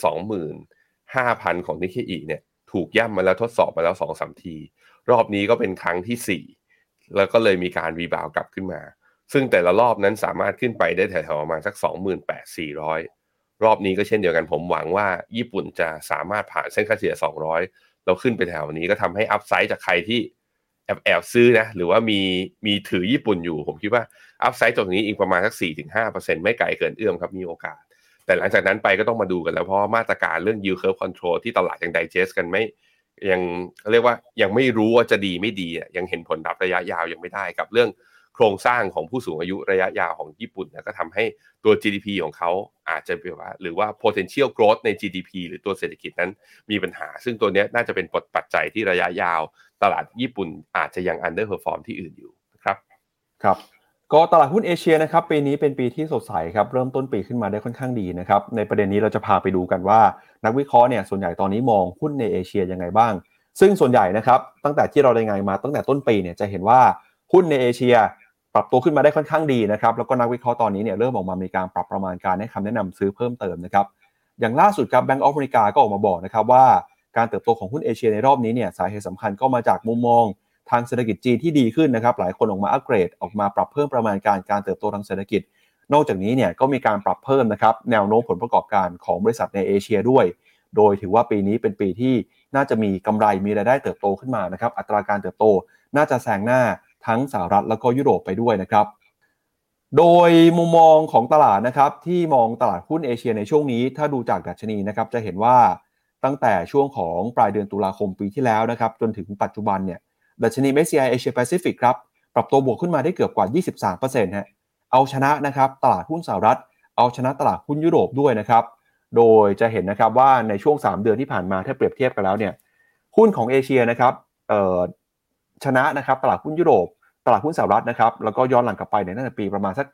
25,000 ของนิเคอีเนี่ยถูกย่ำมาแล้วทดสอบมาแล้ว 2-3 ทีรอบนี้ก็เป็นครั้งที่4แล้วก็เลยมีการรีบาวกลับขึ้นมาซึ่งแต่ละรอบนั้นสามารถขึ้นไปได้แถวๆประมาณสัก 28,400 รอบนี้ก็เช่นเดียวกันผมหวังว่าญี่ปุ่นจะสามารถผ่านเส้นค่าเฉลี่ย200แล้วขึ้นไปแถวนี้ก็ทำให้อัพไซด์จากใครที่แอบซื้อนะหรือว่ามีถือญี่ปุ่นอยู่ผมคิดว่าอัพไซด์ตรงนี้อีกประมาณสัก 4-5% ไม่ไกลเกินเอื้อมครับมีโอกาสแต่หลังจากนั้นไปก็ต้องมาดูกันแล้วเพราะว่ามาตรการเรื่อง yield curve control ที่ตลาดยัง digest กันไม่ยังเรียกว่ายังไม่รู้ว่าจะดีไม่ดียังเห็นผลลัพธ์ระยะยาวยังไม่ได้กับเรื่องโครงสร้างของผู้สูงอายุระยะยาวของญี่ปุ่นนะก็ทำให้ตัว GDP ของเขาอาจจะแบบว่าหรือว่า potential growth ใน GDP หรือตัวเศรษฐกิจนั้นมีปัญหาซึ่งตัวนี้น่าจะเป็นปัจจัยที่ระยะยาวตลาดญี่ปุ่นอาจจะยัง underperform ที่อื่นอยู่นะครับครับก็ตลาดหุ้นเอเชียนะครับปีนี้เป็นปีที่สดใสครับเริ่มต้นปีขึ้นมาได้ค่อนข้างดีนะครับในประเด็นนี้เราจะพาไปดูกันว่านักวิเคราะห์เนี่ยส่วนใหญ่ตอนนี้มองหุ้นในเอเชียยังไงบ้างซึ่งส่วนใหญ่นะครับตั้งแต่ที่เรารายงานมาตั้งแต่ต้นปีเนี่ยจะเห็นว่าหุ้นในเอเชียปรับตัวขึ้นมาได้ค่อนข้างดีนะครับแล้วก็นักวิเคราะห์ตอนนี้เนี่ยเริ่มออกมามีการปรับประมาณการให้คำแนะนำซื้อเพิ่มเติมนะครับอย่างล่าสุดครับ Bank of America ก็ออกมาบอกนะครับว่าการเติบโตของหุ้นเอเชียในรอบนี้เนี่ยสาเหตุสำคัญก็มาจากมุมมองทางเศรษฐกิจจีนที่ดีขึ้นนะครับหลายคนออกมาอัปเกรดออกมาปรับเพิ่มประมาณการเติบโตทางเศรษฐกิจนอกจากนี้เนี่ยก็มีการปรับเพิ่มนะครับแนวโน้มผลประกอบการของบริษัทในเอเชียด้วยโดยถือว่าปีนี้เป็นปีที่น่าจะมีกำไรมีรายได้เติบโตขึ้นมานะครับอัตราการเติบโตน่าจะแซงหน้าทั้งสหรัฐแล้วก็ยุโรปไปด้วยนะครับโดยมุมมองของตลาดนะครับที่มองตลาดหุ้นเอเชียในช่วงนี้ถ้าดูจากดัชนีนะครับจะเห็นว่าตั้งแต่ช่วงของปลายเดือนตุลาคมปีที่แล้วนะครับจนถึงปัจจุบันเนี่ยดัชนี MSCI Asia Pacific ครับปรับตัวบวกขึ้นมาได้เกือบกว่า 23% ฮะเอาชนะนะครับตลาดหุ้นสหรัฐเอาชนะตลาดหุ้นยุโรปด้วยนะครับโดยจะเห็นนะครับว่าในช่วง3เดือนที่ผ่านมาถ้าเปรียบเทียบกันแล้วเนี่ยหุ้นของเอเชียนะครับชนะนะครับตลาดหุ้นยุโรปตลาดหุ้นสหรัฐนะครับแล้วก็ย้อนหลังกลับไปในตั้งแต่ปีประมาณสัก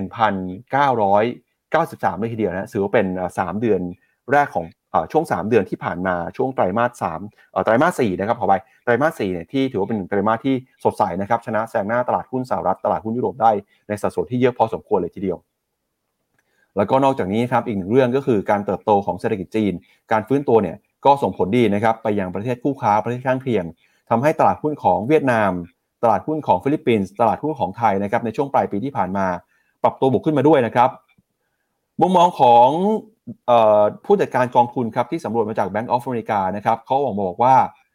1,993 เลยทีเดียวนะถือว่าเป็น3เดือนแรกของช่วง3เดือนที่ผ่านมาช่วงไตรมาส3ไตรมาส4นะครับขอไปไตรมาส4เนี่ยที่ถือว่าเป็นไตรมาสที่สดใสนะครับชนะแซงหน้าตลาดหุ้นสหรัฐตลาดหุ้นยุโรปได้ในสัดส่วนที่เยอะพอสมควรเลยทีเดียวแล้วก็นอกจากนี้ครับอีกหนึ่งเรื่องก็คือการเติบโตของเศรษฐกิจจีนการฟื้นตัวเนี่ยก็ส่งผลดีนะครับไปยังประเทศคู่ค้าประเทศข้างเคียงทำให้ตลาดหุ้นของเวียดนามตลาดหุ้นของฟิลิปปินส์ตลาดหุ้นของไทยนะครับในช่วงปลายปีที่ผ่านมาปรับตัวบวกขึ้นมาด้วยนะครับมุมมองของผู้จัดการกองทุนครับที่สำรวจมาจาก Bank of America นะครับเขาบอกว่า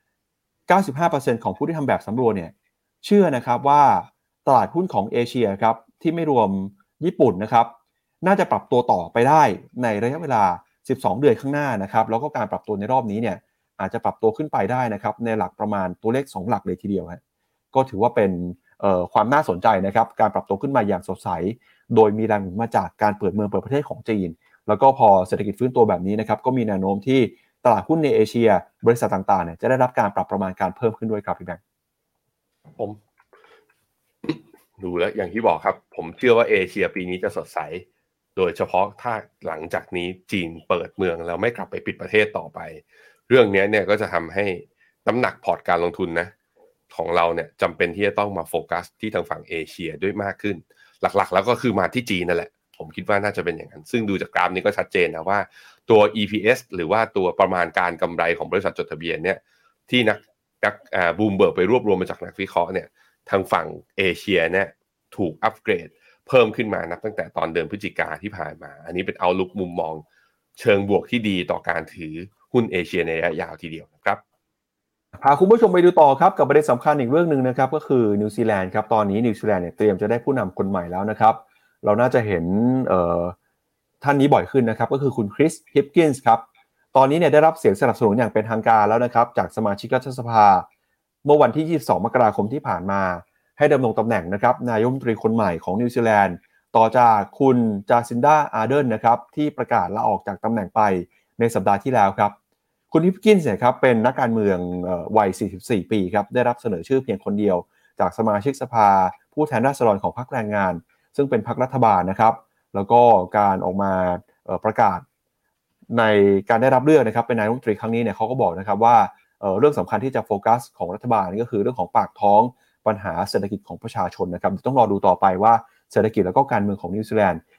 95% ของผู้ที่ทำแบบสำรวจเนี่ยเชื่อนะครับว่าตลาดหุ้นของเอเชียครับที่ไม่รวมญี่ปุ่นนะครับน่าจะปรับตัวต่อไปได้ในระยะเวลา12เดือนข้างหน้านะครับแล้วก็การปรับตัวในรอบนี้เนี่ยอาจจะปรับตัวขึ้นไปได้นะครับในหลักประมาณตัวเลข2หลักเลยทีเดียวก็ถือว่าเป็นความน่าสนใจนะครับการปรับตัวขึ้นมาอย่างสดใสโดยมีแรงหนุนมาจากการเปิดเมืองเปิดประเทศของจีนแล้วก็พอเศรษฐกิจฟื้นตัวแบบนี้นะครับก็มีแนวโน้มที่ตลาดหุ้นในเอเชียบริษัทต่างๆเนี่ยจะได้รับการปรับประมาณการเพิ่มขึ้นด้วยครับพี่แบงค์ผมดูแล้วอย่างที่บอกครับผมเชื่อว่าเอเชียปีนี้จะสดใสโดยเฉพาะถ้าหลังจากนี้จีนเปิดเมืองแล้วไม่กลับไปปิดประเทศต่อไปเรื่องนี้เนี่ยก็จะทำให้น้ำหนักพอร์ตการลงทุนนะของเราเนี่ยจำเป็นที่จะต้องมาโฟกัสที่ทางฝั่งเอเชียด้วยมากขึ้นหลักๆแล้วก็คือมาที่จีนนั่นแหละผมคิดว่าน่าจะเป็นอย่างนั้นซึ่งดูจากกราฟนี้ก็ชัดเจนนะว่าตัว EPS หรือว่าตัวประมาณการกำไรของบริษัทจดทะเบียนเนี่ยที่นักบูมเบิร์กไปรวบรวมมาจากนักวิเคราะห์เนี่ยทางฝั่งเอเชียเนี่ยถูกอัปเกรดเพิ่มขึ้นมานับตั้งแต่ตอนเดือนพฤศจิกาที่ผ่านมาอันนี้เป็นเอาลุกมุมมองเชิงบวกที่ดีต่อการถือหุ้นเอเชียในระยะยาวทีเดียวนะครับพาคุณผู้ชมไปดูต่อครับกับประเด็นสำคัญอีกเรื่องนึงนะครับก็คือนิวซีแลนด์ครับตอนนี้นิวซีแลนด์เนี่ยเตรียมจะได้ผู้นำคนใหม่แล้วนะครับเราน่าจะเห็นท่านนี้บ่อยขึ้นนะครับก็คือคุณคริสฮิปกินส์ครับตอนนี้เนี่ยได้รับเสียงสนับสนุนอย่างเป็นทางการแล้วนะครับจากสมาชิกรัฐสภาเมื่อวันที่22มกราคมที่ผ่านมาให้ดำรงตำแหน่งนะครับนายกรัฐมนตรีคนใหม่ของนิวซีแลนด์ต่อจากคุณจาซินดาอาร์เดนนะครับที่ประกาศลาออกจากตำแหน่งไปในสัปดาห์ที่แล้วครับคุณฮิปกินส์เนี่ยครับเป็นนักการเมืองวัย44ปีครับได้รับเสนอชื่อเพียงคนเดียวจากสมาชิกสภาผู้แทนราษฎรของพรรคแรงงานซึ่งเป็นพรรครัฐบาลนะครับแล้วก็การออกมาประกาศในการได้รับเลือกนะครับเป็นนายกรัฐมนตรีครั้งนี้เนี่ยเขาก็บอกนะครับว่าเรื่องสำคัญที่จะโฟกัสของรัฐบาลก็คือเรื่องของปากท้องปัญหาเศรษฐกิจของประชาชนนะครับต้องรอดูต่อไปว่าเศรษฐกิจแล้วก็การเมืองของนิวซีแลนด์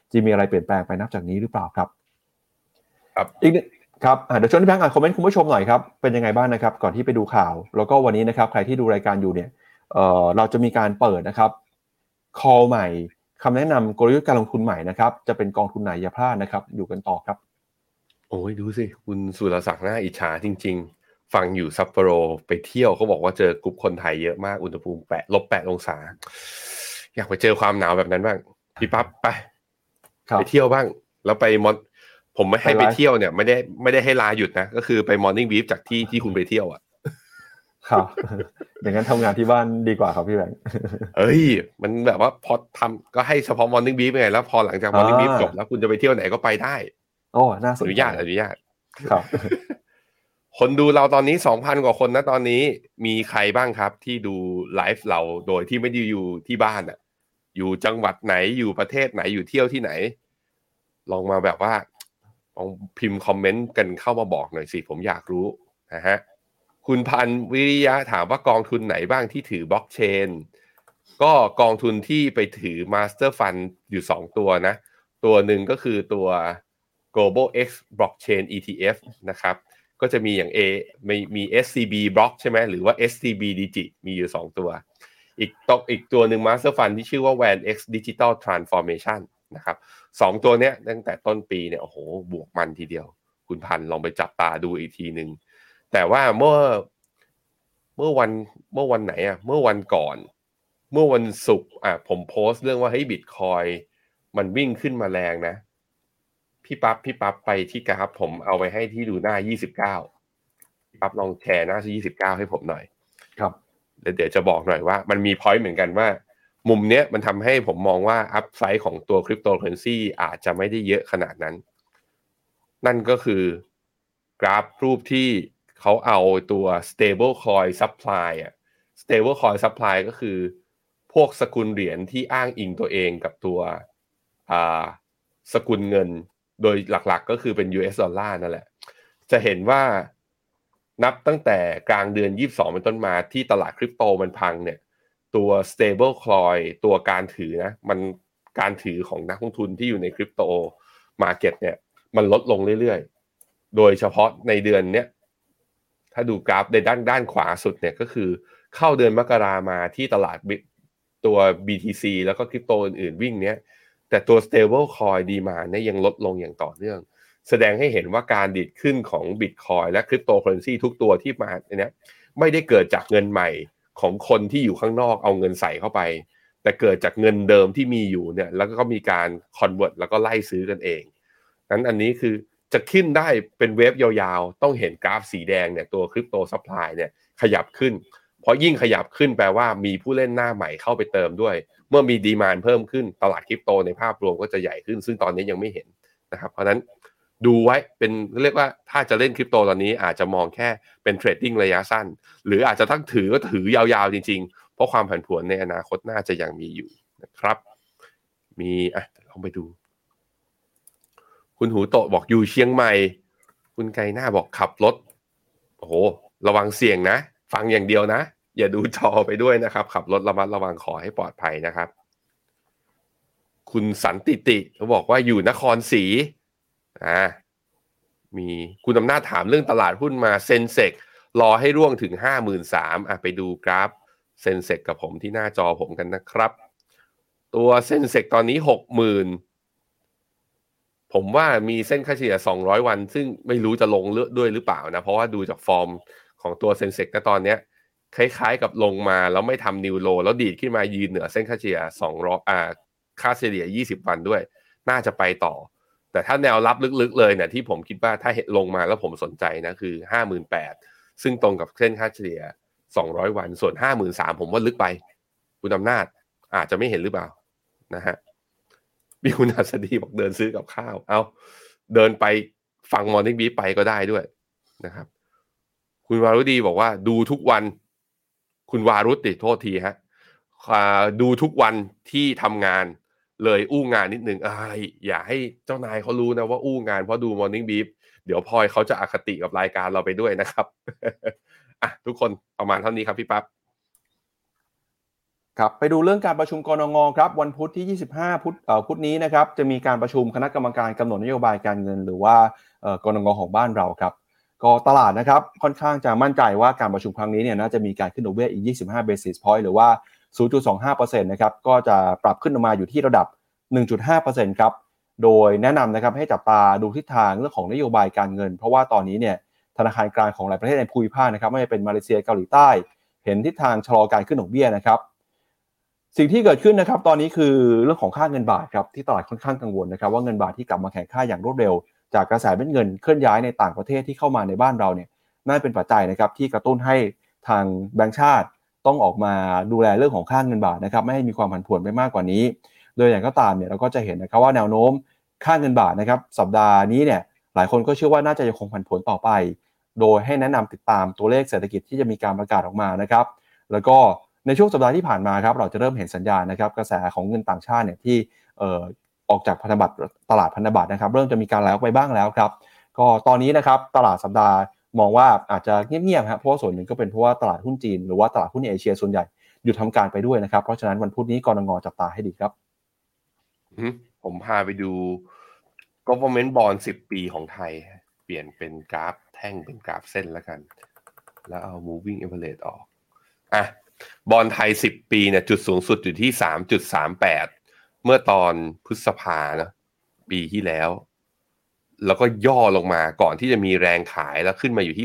จะมีอะไรเปลี่ยนแปลงไปนับจากนี้หรือเปล่าครับครับอีกครับเดี๋ยวชวนพี่แบงค์อ่านคอมเมนต์คุณผู้ชมหน่อยครับเป็นยังไงบ้างนะครับก่อนที่ไปดูข่าวแล้วก็วันนี้นะครับใครที่ดูรายการอยู่เนี่ยเราจะมีการเปิดนะครับ call ใหม่คำแนะนำกลยุทธ์การลงทุนใหม่นะครับจะเป็นกองทุนไหนอย่าพลาดนะครับอยู่กันต่อครับโอ้ยดูสิคุณสุรศักดิ์น่าอิจฉาจริงๆฟังอยู่ซัปโปโรไปเที่ยวเขาบอกว่าเจอกลุ่มคนไทยเยอะมากอุณหภูมิ-8 องศาอยากไปเจอความหนาวแบบนั้นบ้างพี่ปั๊บไปเที่ยวบ้างแล้วไปผมไม่ให้ไปเที่ยวเนี่ยไม่ได้ให้ลาหยุดนะก็คือไปมอร์นิ่งบีฟจากที่คุณไปเที่ยวอ่ะครับอย่างนั้นทำงานที่บ้านดีกว่าครับพี่แบงค์เอ้ยมันแบบว่าพอทำก็ให้เฉพาะมอร์นิ่งบีฟไงแล้วพอหลังจากมอร์นิ่งบีฟจบแล้วคุณจะไปเที่ยวไหนก็ไปได้โอ้น่าสนใจอนุญาตครับคนดูเราตอนนี้ 2,000 กว่าคนนะตอนนี้มีใครบ้างครับที่ดูไลฟ์เราโดยที่ไม่ได้อยู่ที่บ้านอ่ะอยู่จังหวัดไหนอยู่ประเทศไหนอยู่เที่ยวที่ไหนลองมาแบบว่าลองพิมพ์คอมเมนต์กันเข้ามาบอกหน่อยสิผมอยากรู้นะฮะคุณพันธ์วิริยะถามว่ากองทุนไหนบ้างที่ถือบล็อกเชนก็กองทุนที่ไปถือ Master Fund อยู่2ตัวนะตัวหนึ่งก็คือตัว Global X Blockchain ETF นะครับก็จะมีอย่างมี SCB Block ใช่ไหมหรือว่า SCB Digi มีอยู่2ตัวอีกตัวหนึ่ง Master Fund ที่ชื่อว่า WAN-X Digital Transformation นะครับ2ตัวเนี้ยตั้งแต่ต้นปีเนี่ยโอ้โหบวกมันทีเดียวคุณพันธ์ลองไปจับตาดูอีกทีนึงแต่ว่าเมื่อวันไหนอ่ะเมื่อวันก่อนเมื่อวันศุกร์ผมโพสต์เรื่องว่าเฮ้ย Bitcoin มันวิ่งขึ้นมาแรงนะพี่ปั๊บไปที่กราฟผมเอาไปให้ที่ดูหน้า29พี่ปั๊บลองแชร์หน้าที่29ให้ผมหน่อยครับแล้วเดี๋ยวจะบอกหน่อยว่ามันมีพอยต์เหมือนกันว่ามุมเนี้ยมันทำให้ผมมองว่าอัพไซด์ของตัวคริปโตเคอเรนซีอาจจะไม่ได้เยอะขนาดนั้นนั่นก็คือกราฟรูปที่เขาเอาตัว stable coin supply stable coin supply ก็คือพวกสกุลเหรียญที่อ้างอิงตัวเองกับตัวสกุลเงินโดยหลักๆก็คือเป็น US ดอลลาร์นั่นแหละจะเห็นว่านับตั้งแต่กลางเดือน22เป็นต้นมาที่ตลาดคริปโตมันพังเนี่ยตัว stable coin ตัวการถือนะมันการถือของนักลงทุนที่อยู่ในคริปโตมาร์เก็ตเนี่ยมันลดลงเรื่อยๆโดยเฉพาะในเดือนเนี้ยถ้าดูกราฟในด้านขวาสุดเนี่ยก็คือเข้าเดือนมกรามาที่ตลาดตัว BTC แล้วก็คริปโตอื่นๆวิ่งเนี้ยแต่ตัว stable coin demand เนี่ยยังลดลงอย่างต่อเนื่องแสดงให้เห็นว่าการดีดขึ้นของ Bitcoin และคริปโตเคอเรนซีทุกตัวที่มาเนี่ยไม่ได้เกิดจากเงินใหม่ของคนที่อยู่ข้างนอกเอาเงินใส่เข้าไปแต่เกิดจากเงินเดิมที่มีอยู่เนี่ยแล้วก็มีการ convert แล้วก็ไล่ซื้อกันเองนั้นอันนี้คือจะขึ้นได้เป็นเวฟยาวๆต้องเห็นกราฟสีแดงเนี่ยตัวคริปโตซัพพลายเนี่ยขยับขึ้นเพราะยิ่งขยับขึ้นแปลว่ามีผู้เล่นหน้าใหม่เข้าไปเติมด้วยเมื่อมีดีมานด์เพิ่มขึ้นตลาดคริปโตในภาพรวมก็จะใหญ่ขึ้นซึ่งตอนนี้ยังไม่เห็นนะครับเพราะนั้นดูไว้เป็นเรียกว่าถ้าจะเล่นคริปโตตอนนี้อาจจะมองแค่เป็นเทรดดิ้งระยะสั้นหรืออาจจะทั้งถือก็ถือยาวๆจริงๆเพราะความผันผวนในอนาคตน่าจะยังมีอยู่นะครับมีลองไปดูคุณหูโตบอกอยู่เชียงใหม่คุณไกหน้าบอกขับรถโอ้โหระวังเสี่ยงนะฟังอย่างเดียวนะอย่าดูจอไปด้วยนะครับขับรถระมัดระวังขอให้ปลอดภัยนะครับคุณสันติเขาบอกว่าอยู่นครศรีมีคุณอำนาจถามเรื่องตลาดหุ้นมาเซ็นเซกรอให้ร่วงถึง 53,000 ไปดูกราฟเซ็นเซกกับผมที่หน้าจอผมกันนะครับตัวเซ็นเซกตอนนี้ 60,000 ผมว่ามีเส้นค่าเฉลี่ย200วันซึ่งไม่รู้จะลงเลือกด้วยหรือเปล่านะเพราะว่าดูจากฟอร์มของตัวเซ็นเซกณตอนนี้คล้ายๆกับลงมาแล้วไม่ทำนิวโลแล้วดีดขึ้นมายืนเหนือเส้นค่าเฉลี่ย200ค่าเฉลี่ย20วันด้วยน่าจะไปต่อแต่ถ้าแนวรับลึกๆเลยเนี่ยที่ผมคิดว่าถ้าลงมาแล้วผมสนใจนะคือ 58,000 ซึ่งตรงกับเส้นค่าเฉลี่ย200วันส่วน 53,000 ผมว่าลึกไปคุณอำนาจอาจจะไม่เห็นหรือเปล่านะฮะมีคุณอัศดีบอกเดินซื้อกับข้าวเอาเดินไปฟังมอร์นิ่งบีฟไปก็ได้ด้วยนะครับคุณวารุดีบอกว่าดูทุกวันคุณวารุติโทษทีฮะดูทุกวันที่ทำงานเลยอู้งานนิดนึงอย่าให้เจ้านายเขารู้นะว่าอู้งานเพราะดู Morning Beef เดี๋ยวพลอยเขาจะอคติกับรายการเราไปด้วยนะครับ ทุกคนประมาณเท่านี้ครับพี่ปั๊บครับไปดูเรื่องการประชุมกนงครับวันพุธที่25พุธนี้นะครับจะมีการประชุมคณะกรรมการกำหนดนโยบายการเงินหรือว่ากนงของบ้านเราครับก็ตลาดนะครับค่อนข้างจะมั่นใจว่าการประชุมครั้งนี้เนี่ยน่าจะมีการขึ้นดอกเบี้ยอีก25 basis point หรือว่า 0.25% นะครับก็จะปรับขึ้นมาอยู่ที่ระดับ 1.5% ครับโดยแนะนำนะครับให้จับตาดูทิศทางเรื่องของนโยบายการเงินเพราะว่าตอนนี้เนี่ยธนาคารกลางของหลายประเทศในภูมิภาคนะครับไม่ว่าจะเป็นมาเลเซียเกาหลีใต้เห็นทิศทางชะลอการขึ้นดอกเบี้ยนะครับสิ่งที่เกิดขึ้นนะครับตอนนี้คือเรื่องของค่าเงินบาทครับที่ตลาดค่อนข้างกังวลนะครับว่าเงินบาทที่กลับมาแข็งค่าอย่างรวดเร็วจากกระแสเม็ดเงินเคลื่อนย้ายในต่างประเทศที่เข้ามาในบ้านเราเนี่ยน่าเป็นปัจจัยนะครับที่กระตุ้นให้ทางแบงก์ชาติต้องออกมาดูแลเรื่องของค่าเงินบาทนะครับไม่ให้มีความผันผวนไปมากกว่านี้โดยอย่างก็ตามเนี่ยเราก็จะเห็นนะครับว่าแนวโน้มค่าเงินบาทนะครับสัปดาห์นี้เนี่ยหลายคนก็เชื่อว่าน่าจะยังคงผันผวนต่อไปโดยให้แนะนำติดตามตัวเลขเศรษฐกิจที่จะมีการประกาศออกมานะครับแล้วก็ในช่วงสัปดาห์ที่ผ่านมาครับเราจะเริ่มเห็นสัญญาณนะครับกระแสของเงินต่างชาติเนี่ยที่ออกจากพันธบัตรตลาดพันธบัตรนะครับเริ่มจะมีการไหลออกไปบ้างแล้วครับก็ตอนนี้นะครับตลาดสัปดาห์มองว่าอาจจะเงียบๆครับเพราะว่าส่วนหนึ่งก็เป็นเพราะว่าตลาดหุ้นจีนหรือว่าตลาดหุ้นเอเชียส่วนใหญ่หยุดทำการไปด้วยนะครับเพราะฉะนั้นวันพุธนี้กนง.จับตาให้ดีครับผมพาไปดู government bond 10 ปีของไทยเปลี่ยนเป็นกราฟแท่งเป็นกราฟเส้นแล้วกันแล้วเอา moving average ออกบอนด์ไทย10 ปีเนี่ยจุดสูงสุดอยู่ที่ 3.38 เมื่อตอนพฤษภานะปีที่แล้วแล้วก็ย่อลงมาก่อนที่จะมีแรงขายแล้วขึ้นมาอยู่ที่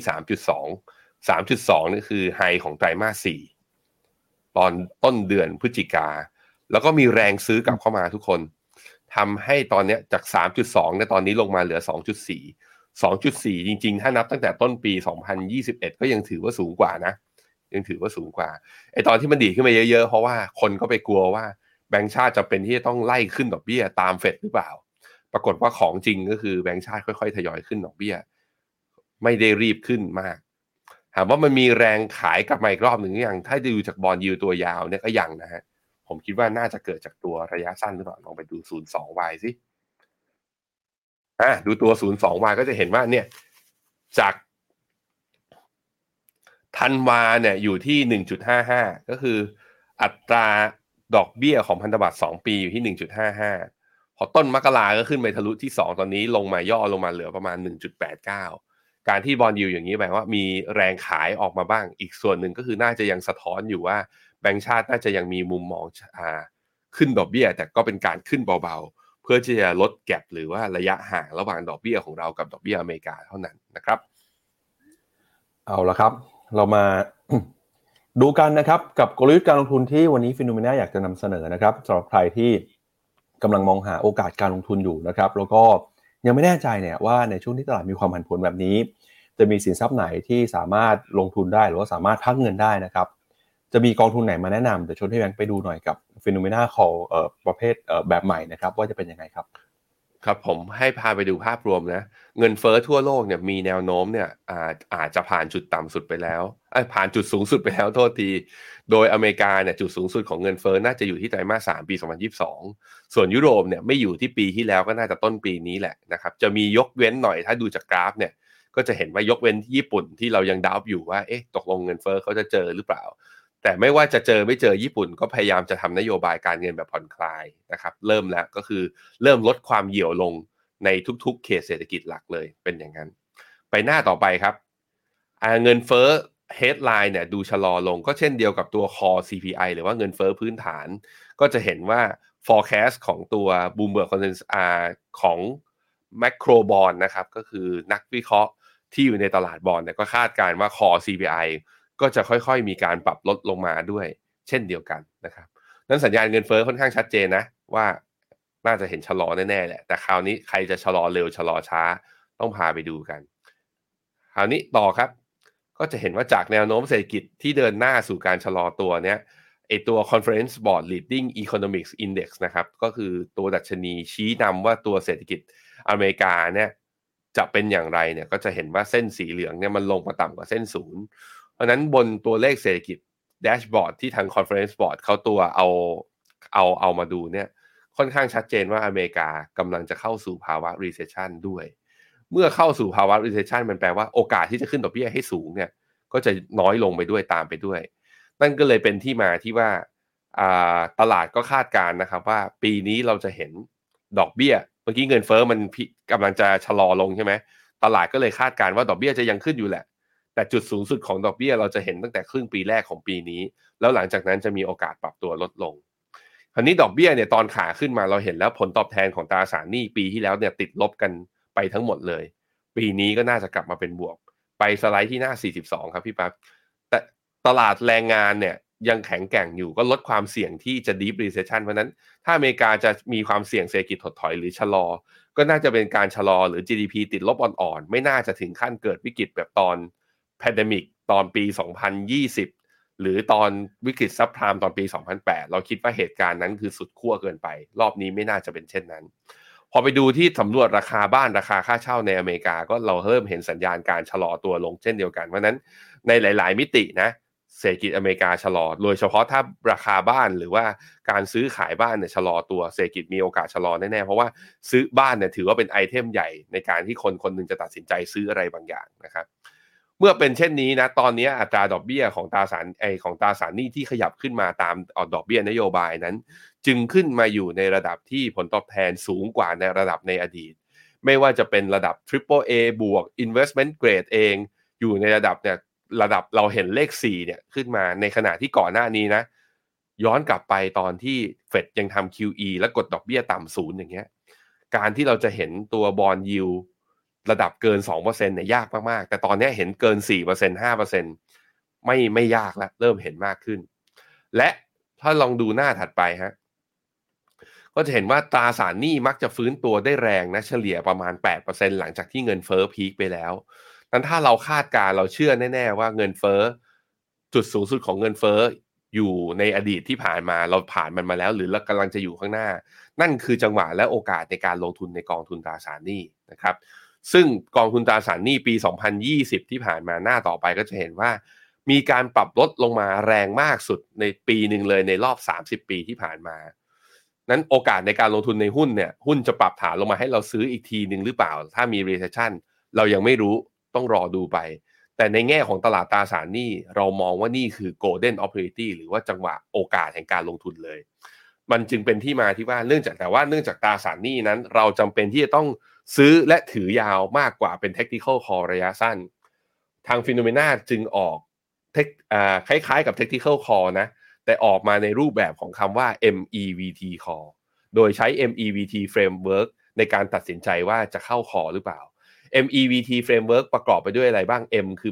3.2 นี่คือไฮของไตรมาส 4ตอนต้นเดือนพฤศจิกาแล้วก็มีแรงซื้อกลับเข้ามาทุกคนทำให้ตอนนี้จาก 3.2 เนี่ยตอนนี้ลงมาเหลือ 2.4 จริงๆถ้านับตั้งแต่ต้นปี 2021 ก็ยังถือว่าสูงกว่านะยังถือว่าสูงกว่าไอตอนที่มันดีขึ้นมาเยอะๆเพราะว่าคนก็ไปกลัวว่าแบงก์ชาติจะเป็นที่จะต้องไล่ขึ้นดอกเบี้ยตามเฟดหรือเปล่าปรากฏว่าของจริงก็คือแบงก์ชาติค่อยๆทยอยขึ้นดอกเบี้ยไม่ได้รีบขึ้นมากถามว่ามันมีแรงขายกลับมาอีกรอบหนึ่งอย่างถ้าดูจากบอนด์ยิลด์ตัวยาวเนี่ยก็ยังนะฮะผมคิดว่าน่าจะเกิดจากตัวระยะสั้นหรือเปล่าลองไปดู 02Y สิดูตัว 02Y ก็จะเห็นว่าเนี่ยจากธันวาเนี่ยอยู่ที่ 1.55 ก็คืออัตราดอกเบี้ยของพันธบัตร2ปีอยู่ที่ 1.55 พอต้นมกราก็ขึ้นไปทะลุที่2ตอนนี้ลงมาย่อลงมาเหลือประมาณ 1.89 การที่บอนด์ยิลด์อย่างนี้แปลว่ามีแรงขายออกมาบ้างอีกส่วนหนึ่งก็คือน่าจะยังสะท้อนอยู่ว่าแบงก์ชาติน่าจะยังมีมุมมองขึ้นดอกเบี้ยแต่ก็เป็นการขึ้นเบาๆเพื่อที่จะลดแก็ปหรือว่าระยะห่างระหว่างดอกเบี้ยของเรากับดอกเบี้ยอเมริกาเท่านั้นนะครับเอาละครับเรามา ดูกันนะครับกับกลยุทธ์การลงทุนที่วันนี้Phenomenaอยากจะนำเสนอนะครับสำหรับใครที่กำลังมองหาโอกาสการลงทุนอยู่นะครับแล้วก็ยังไม่แน่ใจเนี่ยว่าในช่วงที่ตลาดมีความผันผวนแบบนี้จะมีสินทรัพย์ไหนที่สามารถลงทุนได้หรือว่าสามารถพักเงินได้นะครับจะมีกองทุนไหนมาแนะนำเดี๋ยวชวนให้แบงค์ไปดูหน่อยกับPhenomena Callประเภทแบบใหม่นะครับว่าจะเป็นยังไงครับครับผมให้พาไปดูภาพรวมนะเงินเฟ้อทั่วโลกเนี่ยมีแนวโน้มเนี่ยอาจจะผ่านจุดต่ำสุดไปแล้วผ่านจุดสูงสุดไปแล้วโทษทีโดยอเมริกาเนี่ยจุดสูงสุดของเงินเฟ้อน่าจะอยู่ที่ไตรมาส 3 ปี 2022ส่วนยุโรปเนี่ยไม่อยู่ที่ปีที่แล้วก็น่าจะต้นปีนี้แหละนะครับจะมียกเว้นหน่อยถ้าดูจากกราฟเนี่ยก็จะเห็นว่ายกเว้นที่ญี่ปุ่นที่เรายังดาวน์อยู่ว่าตกลงเงินเฟ้อเขาจะเจอหรือเปล่าแต่ไม่ว่าจะเจอไม่เจอญี่ปุ่นก็พยายามจะทำนโยบายการเงินแบบผ่อนคลายนะครับเริ่มแล้วก็คือเริ่มลดความเหี่ยวลงในทุกๆเขตเศรษฐกิจหลักเลยเป็นอย่างนั้นไปหน้าต่อไปครับเงินเฟ้อ headline เนี่ยดูชะลอลงก็เช่นเดียวกับตัว core CPI หรือว่าเงินเฟ้อพื้นฐานก็จะเห็นว่า forecast ของตัว Bloomberg Consensus ของ Macro Bond นะครับก็คือนักวิเคราะห์ที่อยู่ในตลาดบอนด์เนี่ยก็คาดการณ์ว่า core CPI ก็จะค่อยๆมีการปรับลดลงมาด้วยเช่นเดียวกันนะครับนั้นสัญญาณเงินเฟ้อค่อนข้างชัดเจนนะว่าน่าจะเห็นชะลอแน่ๆแหละแต่คราวนี้ใครจะชะลอเร็วชะลอช้าต้องพาไปดูกันคราวนี้ต่อครับก็จะเห็นว่าจากแนวโน้มเศรษฐกิจที่เดินหน้าสู่การชะลอตัวเนี้ยตัว Conference Board Leading Economics Index นะครับก็คือตัวดัชนีชี้นำว่าตัวเศรษฐกิจอเมริกาเนี่ยจะเป็นอย่างไรเนี่ยก็จะเห็นว่าเส้นสีเหลืองเนี่ยมันลงมาต่ำกว่าเส้นศูนย์เพราะนั้นบนตัวเลขเศรษฐกิจแดชบอร์ดที่ทาง Conference Board เขาตัวเอามาดูเนี่ยค่อนข้างชัดเจนว่าอเมริกากำลังจะเข้าสู่ภาวะ recession ด้วยเมื่อเข้าสู่ภาวะ recession มันแปลว่าโอกาสที่จะขึ้นดอกเบี้ยให้สูงเนี่ยก็จะน้อยลงไปด้วยตามไปด้วยนั่นก็เลยเป็นที่มาที่ว่าตลาดก็คาดการณ์นะครับว่าปีนี้เราจะเห็นดอกเบี้ยเมื่อกี้เงินเฟ้อมันกำลังจะชะลอลงใช่ไหมตลาดก็เลยคาดการณ์ว่าดอกเบี้ยจะยังขึ้นอยู่แหละแต่จุดสูงสุดของดอกเบี้ยเราจะเห็นตั้งแต่ครึ่งปีแรกของปีนี้แล้วหลังจากนั้นจะมีโอกาสปรับตัวลดลงคราวนี้ดอกเบี้ยเนี่ยตอนขาขึ้นมาเราเห็นแล้วผลตอบแทนของตราสารหนี้ปีที่แล้วเนี่ยติดลบกันไปทั้งหมดเลยปีนี้ก็น่าจะกลับมาเป็นบวกไปสไลด์ที่หน้า42ครับพี่ปั๊บแต่ตลาดแรงงานเนี่ยยังแข็งแกร่งอยู่ก็ลดความเสี่ยงที่จะ deep recession เพราะนั้นถ้าอเมริกาจะมีความเสี่ยงเศรษฐกิจถดถอยหรือชะลอก็น่าจะเป็นการชะลอหรือ GDP ติดลบอ่อนๆไม่น่าจะถึงขั้นเกิดวิกฤตแบบตอน pandemic ตอนปี 2020 หรือตอนวิกฤตซับไพรม์ตอนปี 2008 เราคิดว่าเหตุการณ์นั้นคือสุดขั้วเกินไปรอบนี้ไม่น่าจะเป็นเช่นนั้นพอไปดูที่สำรวจราคาบ้านราคาค่าเช่าในอเมริกาก็เราเริ่มเห็นสัญญาณการชะลอตัวลงเช่นเดียวกันเพราะนั้นในหลายๆมิตินะเศรษฐกิจอเมริกาชะลอโดยเฉพาะถ้าราคาบ้านหรือว่าการซื้อขายบ้านเนี่ยชะลอตัวเศรษฐกิจมีโอกาสชะลอแน่ๆเพราะว่าซื้อบ้านเนี่ยถือว่าเป็นไอเทมใหญ่ในการที่คนคนนึงจะตัดสินใจซื้ออะไรบางอย่างนะครับเมื่อเป็นเช่นนี้นะตอนนี้อัตราดอกเบี้ยของตราสารหนี้ที่ขยับขึ้นมาตามดอกเบี้ยนโยบายนั้นจึงขึ้นมาอยู่ในระดับที่ผลตอบแทนสูงกว่าในระดับในอดีตไม่ว่าจะเป็นระดับ Triple A บวก Investment Grade เองอยู่ในระดับเนี่ยระดับเราเห็นเลข4เนี่ยขึ้นมาในขณะที่ก่อนหน้านี้นะย้อนกลับไปตอนที่เฟดยังทำ QE และกดดอกเบี้ยต่ำ0อย่างเงี้ยการที่เราจะเห็นตัวบอนด์ยิลด์ระดับเกิน 2% เนี่ยยากมากๆแต่ตอนนี้เห็นเกิน 4% 5% ไม่ยากแล้วเริ่มเห็นมากขึ้นและถ้าลองดูหน้าถัดไปฮะก็จะเห็นว่าตราสารหนี้มักจะฟื้นตัวได้แรงนะเฉลี่ยประมาณ 8% หลังจากที่เงินเฟ้อพีคไปแล้วนั้นถ้าเราคาดการเราเชื่อแน่ๆว่าเงินเฟ้อจุดสูงสุดของเงินเฟ้ออยู่ในอดีตที่ผ่านมาเราผ่านมันมาแล้วหรือเรากำลังจะอยู่ข้างหน้านั่นคือจังหวะและโอกาสในการลงทุนในกองทุนตราสารหนี้นะครับซึ่งกองทุนตราสารหนี้ปี 2020 ที่ผ่านมาหน้าต่อไปก็จะเห็นว่ามีการปรับลดลงมาแรงมากสุดในปีหนึ่งเลยในรอบ30 ปีที่ผ่านมานั้นโอกาสในการลงทุนในหุ้นเนี่ยหุ้นจะปรับฐานลงมาให้เราซื้ออีกทีนึงหรือเปล่าถ้ามี recession เรายังไม่รู้ต้องรอดูไปแต่ในแง่ของตลาดตราสารหนี้เรามองว่านี่คือ golden opportunity หรือว่าจังหวะโอกาสแห่งการลงทุนเลยมันจึงเป็นที่มาที่ว่าเนื่องจากตราสารหนี้นั้นเราจำเป็นที่จะต้องซื้อและถือยาวมากกว่าเป็น technical call ระยะสั้นทาง Phenomena จึงออกคล้ายๆกับ technical call นะแต่ออกมาในรูปแบบของคำว่า MEVT call โดยใช้ MEVT framework ในการตัดสินใจว่าจะเข้า call หรือเปล่า MEVT framework ประกอบไปด้วยอะไรบ้าง M คือ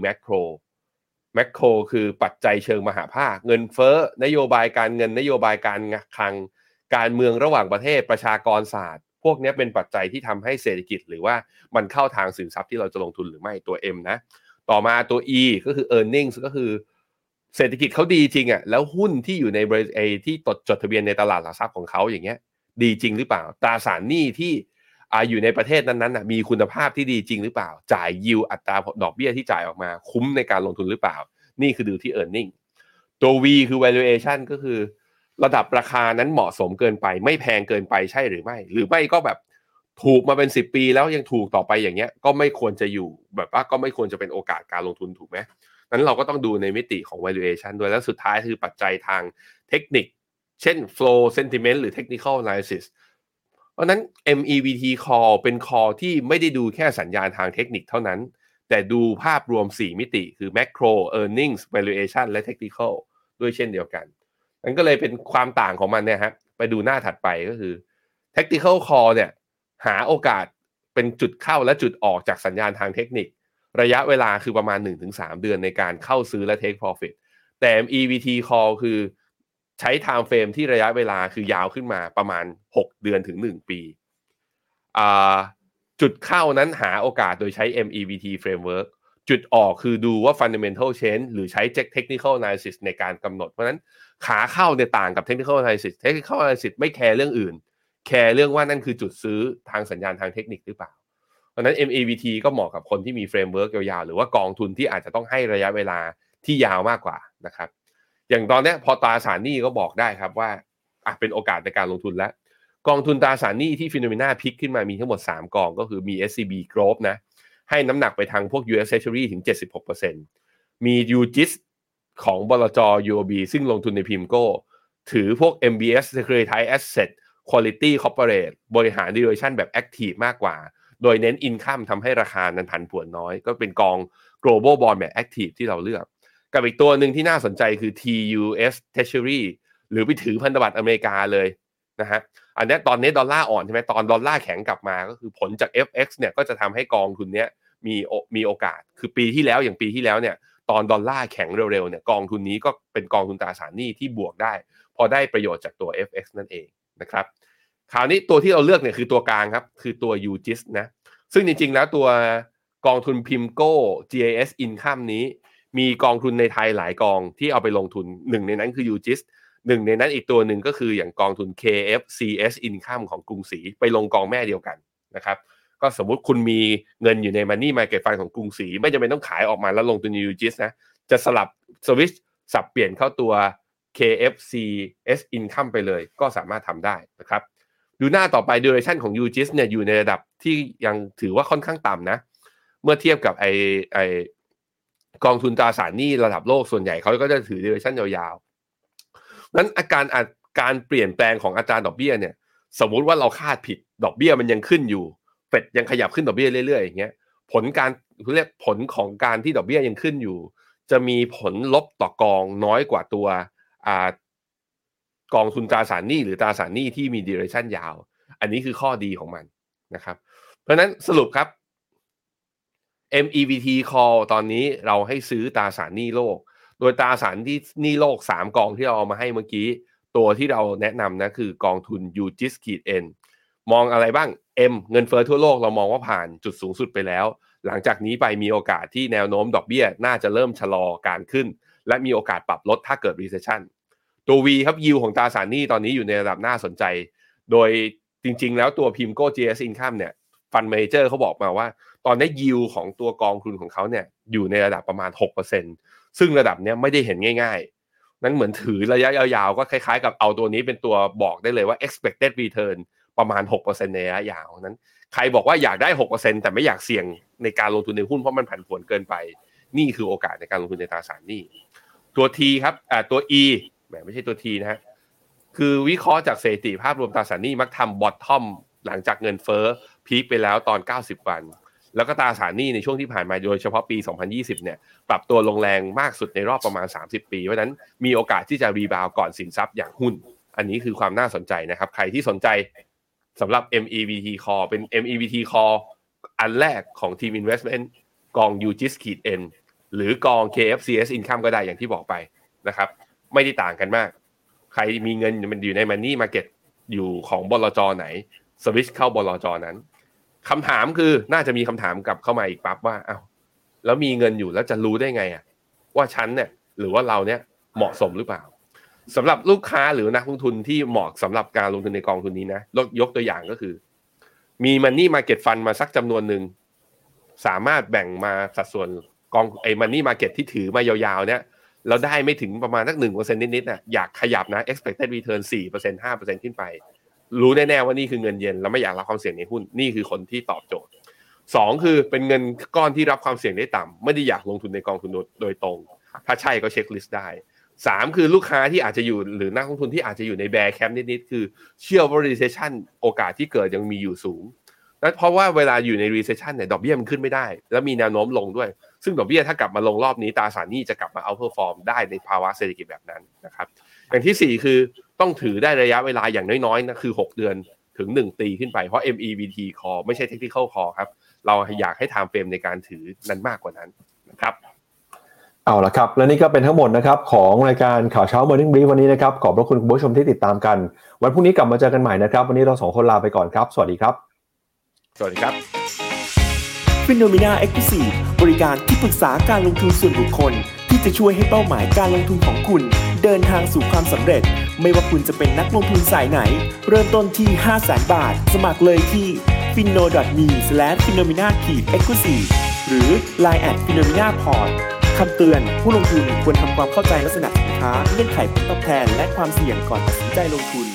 macro คือปัจจัยเชิงมหาภาคเงินเฟ้อนโยบายการเงินนโยบายการคลังการเมืองระหว่างประเทศประชากรศาสตร์พวกนี้เป็นปัจจัยที่ทำให้เศรษฐกิจหรือว่ามันเข้าทางสินทรัพย์ที่เราจะลงทุนหรือไม่ตัว M นะต่อมาตัว E ก็คือ earnings ก็คือเศรษฐกิจเขาดีจริงอ่ะแล้วหุ้นที่อยู่ในบริษัทที่จดทะเบียนในตลาดหลักทรัพย์ของเขาอย่างเงี้ยดีจริงหรือเปล่าตราสารหนี้ที่อยู่ในประเทศนั้นๆมีคุณภาพที่ดีจริงหรือเปล่าจ่ายยิวอัตราดอกเบี้ยที่จ่ายออกมาคุ้มในการลงทุนหรือเปล่านี่คือดูที่ earning ตัว V คือ valuation ก็คือระดับราคานั้นเหมาะสมเกินไปไม่แพงเกินไปใช่หรือไม่ก็แบบถูกมาเป็น10 ปีแล้วยังถูกต่อไปอย่างเงี้ยก็ไม่ควรจะอยู่แบบว่าก็ไม่ควรจะเป็นโอกาสการลงทุนถูกไหมนั้นเราก็ต้องดูในมิติของ valuation ด้วยแล้วสุดท้ายคือปัจจัยทางเทคนิคเช่น flow sentiment หรือ technical analysis เพราะนั้น MEVT call เป็น call ที่ไม่ได้ดูแค่สัญญาณทางเทคนิคเท่านั้นแต่ดูภาพรวม4มิติคือ macro earnings valuation และ technical ด้วยเช่นเดียวกันนั่นก็เลยเป็นความต่างของมันเนี่ยฮะไปดูหน้าถัดไปก็คือ technical call เนี่ยหาโอกาสเป็นจุดเข้าและจุดออกจากสัญญาณทางเทคนิคระยะเวลาคือประมาณ 1-3 เดือนในการเข้าซื้อและ take profit แต่ MEVT call คือใช้ time frame ที่ระยะเวลาคือยาวขึ้นมาประมาณ6 เดือนถึง1 ปีจุดเข้านั้นหาโอกาสโดยใช้ MEVT framework จุดออกคือดูว่า fundamental change หรือใช้ technical analysis ในการกำหนดเพราะฉะนั้นขาเข้าเนี่ยต่างกับ technical analysis ไม่แคร์เรื่องอื่นแคร์เรื่องว่านั่นคือจุดซื้อทางสัญญาณทางเทคนิคหรือเปล่าเพราะฉะนั้น MEVT ก็เหมาะกับคนที่มี framework ยาวๆหรือว่ากองทุนที่อาจจะต้องให้ระยะเวลาที่ยาวมากกว่านะครับอย่างตอนนี้พอตราสารหนี้ก็บอกได้ครับว่าเป็นโอกาสในการลงทุนแล้วกองทุนตราสารหนี้ที่ Phenomena พิกขึ้นมามีทั้งหมด3กองก็คือมี SCB Growth นะให้น้ำหนักไปทางพวก US Treasury ถึง 76% มี UGIS ของบลจ. UOB ซึ่งลงทุนใน PIMCO ถือพวก MBS Securitized Asset Quality Corporate บริหาร duration แบบ active มากกว่าโดยเน้น income ทำให้ราคานั้นผันผวนน้อยก็เป็นกอง global bond แบบ active ที่เราเลือกกับอีกตัวหนึ่งที่น่าสนใจคือ TUS Treasury หรือไปถือพันธบัตรอเมริกาเลยนะฮะอันนี้ตอนนี้ดอลลาร์อ่อนใช่ไหมตอนดอลลาร์แข็งกลับมาก็คือผลจาก FX เนี่ยก็จะทำให้กองทุนนี้มีโอกาสคือปีที่แล้วเนี่ยตอนดอลลาร์แข็งเร็วๆเนี่ยกองทุนนี้ก็เป็นกองทุนตราสารหนี้ที่บวกได้พอได้ประโยชน์จากตัว FX นั่นเองนะครับคราวนี้ตัวที่เราเลือกเนี่ยคือตัวกลางครับคือตัว UGIS นะซึ่งจริงๆแล้วตัวกองทุน PIMCO GIS Income นี้มีกองทุนในไทยหลายกองที่เอาไปลงทุนหนึ่งในนั้นคือ UGIS หนึ่งในนั้นอีกตัวหนึ่งก็คืออย่างกองทุน KFCS Income ของกรุงศรีไปลงกองแม่เดียวกันนะครับก็สมมุติคุณมีเงินอยู่ใน Money Market Fund ของกรุงศรีไม่จำเป็นต้องขายออกมาแล้วลงทุนใน UGIS นะจะสลับสวิตช์สับเปลี่ยนเข้าตัว KFCS Income ไปเลยก็สามารถทำได้นะครับดูหน้าต่อไป duration ของ UGIS เนี่ยอยู่ในระดับที่ยังถือว่าค่อนข้างต่ำนะเมื่อเทียบกับไอกองทุนตราสารหนี้ระดับโลกส่วนใหญ่เขาก็จะถือ duration ยาวๆนั้นการเปลี่ยนแปลงของอัตราดอกเบี้ยเนี่ยสมมุติว่าเราคาดผิดดอกเบี้ยมันยังขึ้นอยู่เฟดยังขยับขึ้นดอกเบี้ยเรื่อยๆอย่างเงี้ยผลของการที่ดอกเบี้ยยังขึ้นอยู่จะมีผลลบต่อกองน้อยกว่าตัวกองทุนตราสารหนี้หรือตราสารหนี้ที่มี duration ยาวอันนี้คือข้อดีของมันนะครับเพราะฉะนั้นสรุปครับ MEVT Call ตอนนี้เราให้ซื้อตราสารหนี้โลกโดยตราสารหนี้โลก3กองที่เราเอามาให้เมื่อกี้ตัวที่เราแนะนำนะคือกองทุน UGIS-N มองอะไรบ้าง M เงินเฟ้อทั่วโลกเรามองว่าผ่านจุดสูงสุดไปแล้วหลังจากนี้ไปมีโอกาสที่แนวโน้มดอกเบี้ยน่าจะเริ่มชะลอการขึ้นและมีโอกาสปรับลดถ้าเกิด recession ตัว V ครับ yield ของตราสารหนี้ตอนนี้อยู่ในระดับน่าสนใจโดยจริงๆแล้วตัว PIMCO GIS Income เนี่ย Fund Manager เขาบอกมาว่าตอนนี้ yield ของตัวกองทุนของเขาเนี่ยอยู่ในระดับประมาณ 6% ซึ่งระดับเนี้ยไม่ได้เห็นง่ายๆนั้นเหมือนถือระยะยาวๆก็คล้ายๆกับเอาตัวนี้เป็นตัวบอกได้เลยว่า expected return ประมาณ 6% ในระยะยาวนั้นใครบอกว่าอยากได้ 6% แต่ไม่อยากเสี่ยงในการลงทุนในหุ้นเพราะมันผันผวนเกินไปนี่คือโอกาสในการลงทุนในตราสารหนี้ตัว T ครับตัว E ไม่ใช่ตัว T นะฮะคือวิเคราะห์จากสถิติภาพรวมตราสารหนี้มักทำ bottom หลังจากเงินเฟ้อพีคไปแล้วตอน90วันแล้วก็ตราสารหนี้ในช่วงที่ผ่านมาโดยเฉพาะปี2020เนี่ยปรับตัวลงแรงมากสุดในรอบประมาณ30ปีเพราะฉะนั้นมีโอกาสที่จะรีบาวด์ก่อนสินทรัพย์อย่างหุ้นอันนี้คือความน่าสนใจนะครับใครที่สนใจสำหรับ MEVT Call เป็น MEVT Call อันแรกของ Team Investment กอง UGIS-N หรือกอง KFCS Income ก็ได้อย่างที่บอกไปนะครับไม่ได้ต่างกันมากใครมีเงินมันอยู่ใน Money Market อยู่ของบลจ.ไหนสวิตช์เข้าบลจ.นั้นคำถามคือน่าจะมีคำถามกลับเข้ามาอีกปั๊บว่าอ้าวแล้วมีเงินอยู่แล้วจะรู้ได้ไงว่าฉันเนี่ยหรือว่าเราเนี่ยเหมาะสมหรือเปล่าสำหรับลูกค้าหรือนักลงทุนที่เหมาะสำหรับการลงทุนในกองทุนนี้นะยกตัวอย่างก็คือมี Money Market Fund มาสักจำนวนหนึ่งสามารถแบ่งมาสัดส่วนกองMoney Market ที่ถือมายาวๆเนี่ยแล้วได้ไม่ถึงประมาณสัก 1% นิดๆน่ะอยากขยับนะ expected return 4% 5% ขึ้นไปรู้แน่ๆว่านี่คือเงินเย็นแล้วไม่อยากรับความเสี่ยงในหุ้นนี่คือคนที่ตอบโจทย์2คือเป็นเงินก้อนที่รับความเสี่ยงได้ต่ำไม่ได้อยากลงทุนในกองทุนโดยตรงถ้าใช่ก็เช็คลิสต์ได้3คือลูกค้าที่อาจจะอยู่หรือนักลงทุนที่อาจจะอยู่ในแบร์แคมป์นิดๆคือเชื่อว่า recession โอกาสที่เกิดยังมีอยู่สูงและเพราะว่าเวลาอยู่ใน recession เนี่ยดอกเบี้ยมันขึ้นไม่ได้แล้วมีแนวโน้มลงด้วยซึ่งดอกเบี้ยถ้ากลับมาลงรอบนี้ตราสารหนี้จะกลับมา outperform ได้ในภาวะเศรษฐกิจแบบนั้นนะครับอย่างที่4คือต้องถือได้ระยะเวลาอย่างน้อยๆนะคือ6เดือนถึง1ปีขึ้นไปเพราะ MEVT Call ไม่ใช่ Technical Call ครับเราอยากให้ time frame ในการถือนั้นมากกว่านั้นนะครับเอาละครับและนี่ก็เป็นทั้งหมดนะครับของรายการข่าวเช้า Morning Brief วันนี้นะครับขอบพระคุณคุณผู้ชมที่ติดตามกันวันพรุ่งนี้กลับมาเจอกันใหม่นะครับวันนี้เรา2คนลาไปก่อนครับสวัสดีครับสวัสดีครับ Phenomena Exclusive บริการที่ปรึกษาการลงทุนส่วนบุคคลที่จะช่วยให้เป้าหมายการลงทุนของคุณเดินทางสู่ความสำเร็จไม่ว่าคุณจะเป็นนักลงทุนสายไหนเริ่มต้นที่ 500,000 บาทสมัครเลยที่ finno.me/phenomena-exclusive หรือ Line @phenomena-port คำเตือนผู้ลงทุนควรทำความเข้าใจลักษณะสินค้าเงื่อนไขผลตอบแทนและความเสี่ยงก่อนตัดสินใจลงทุน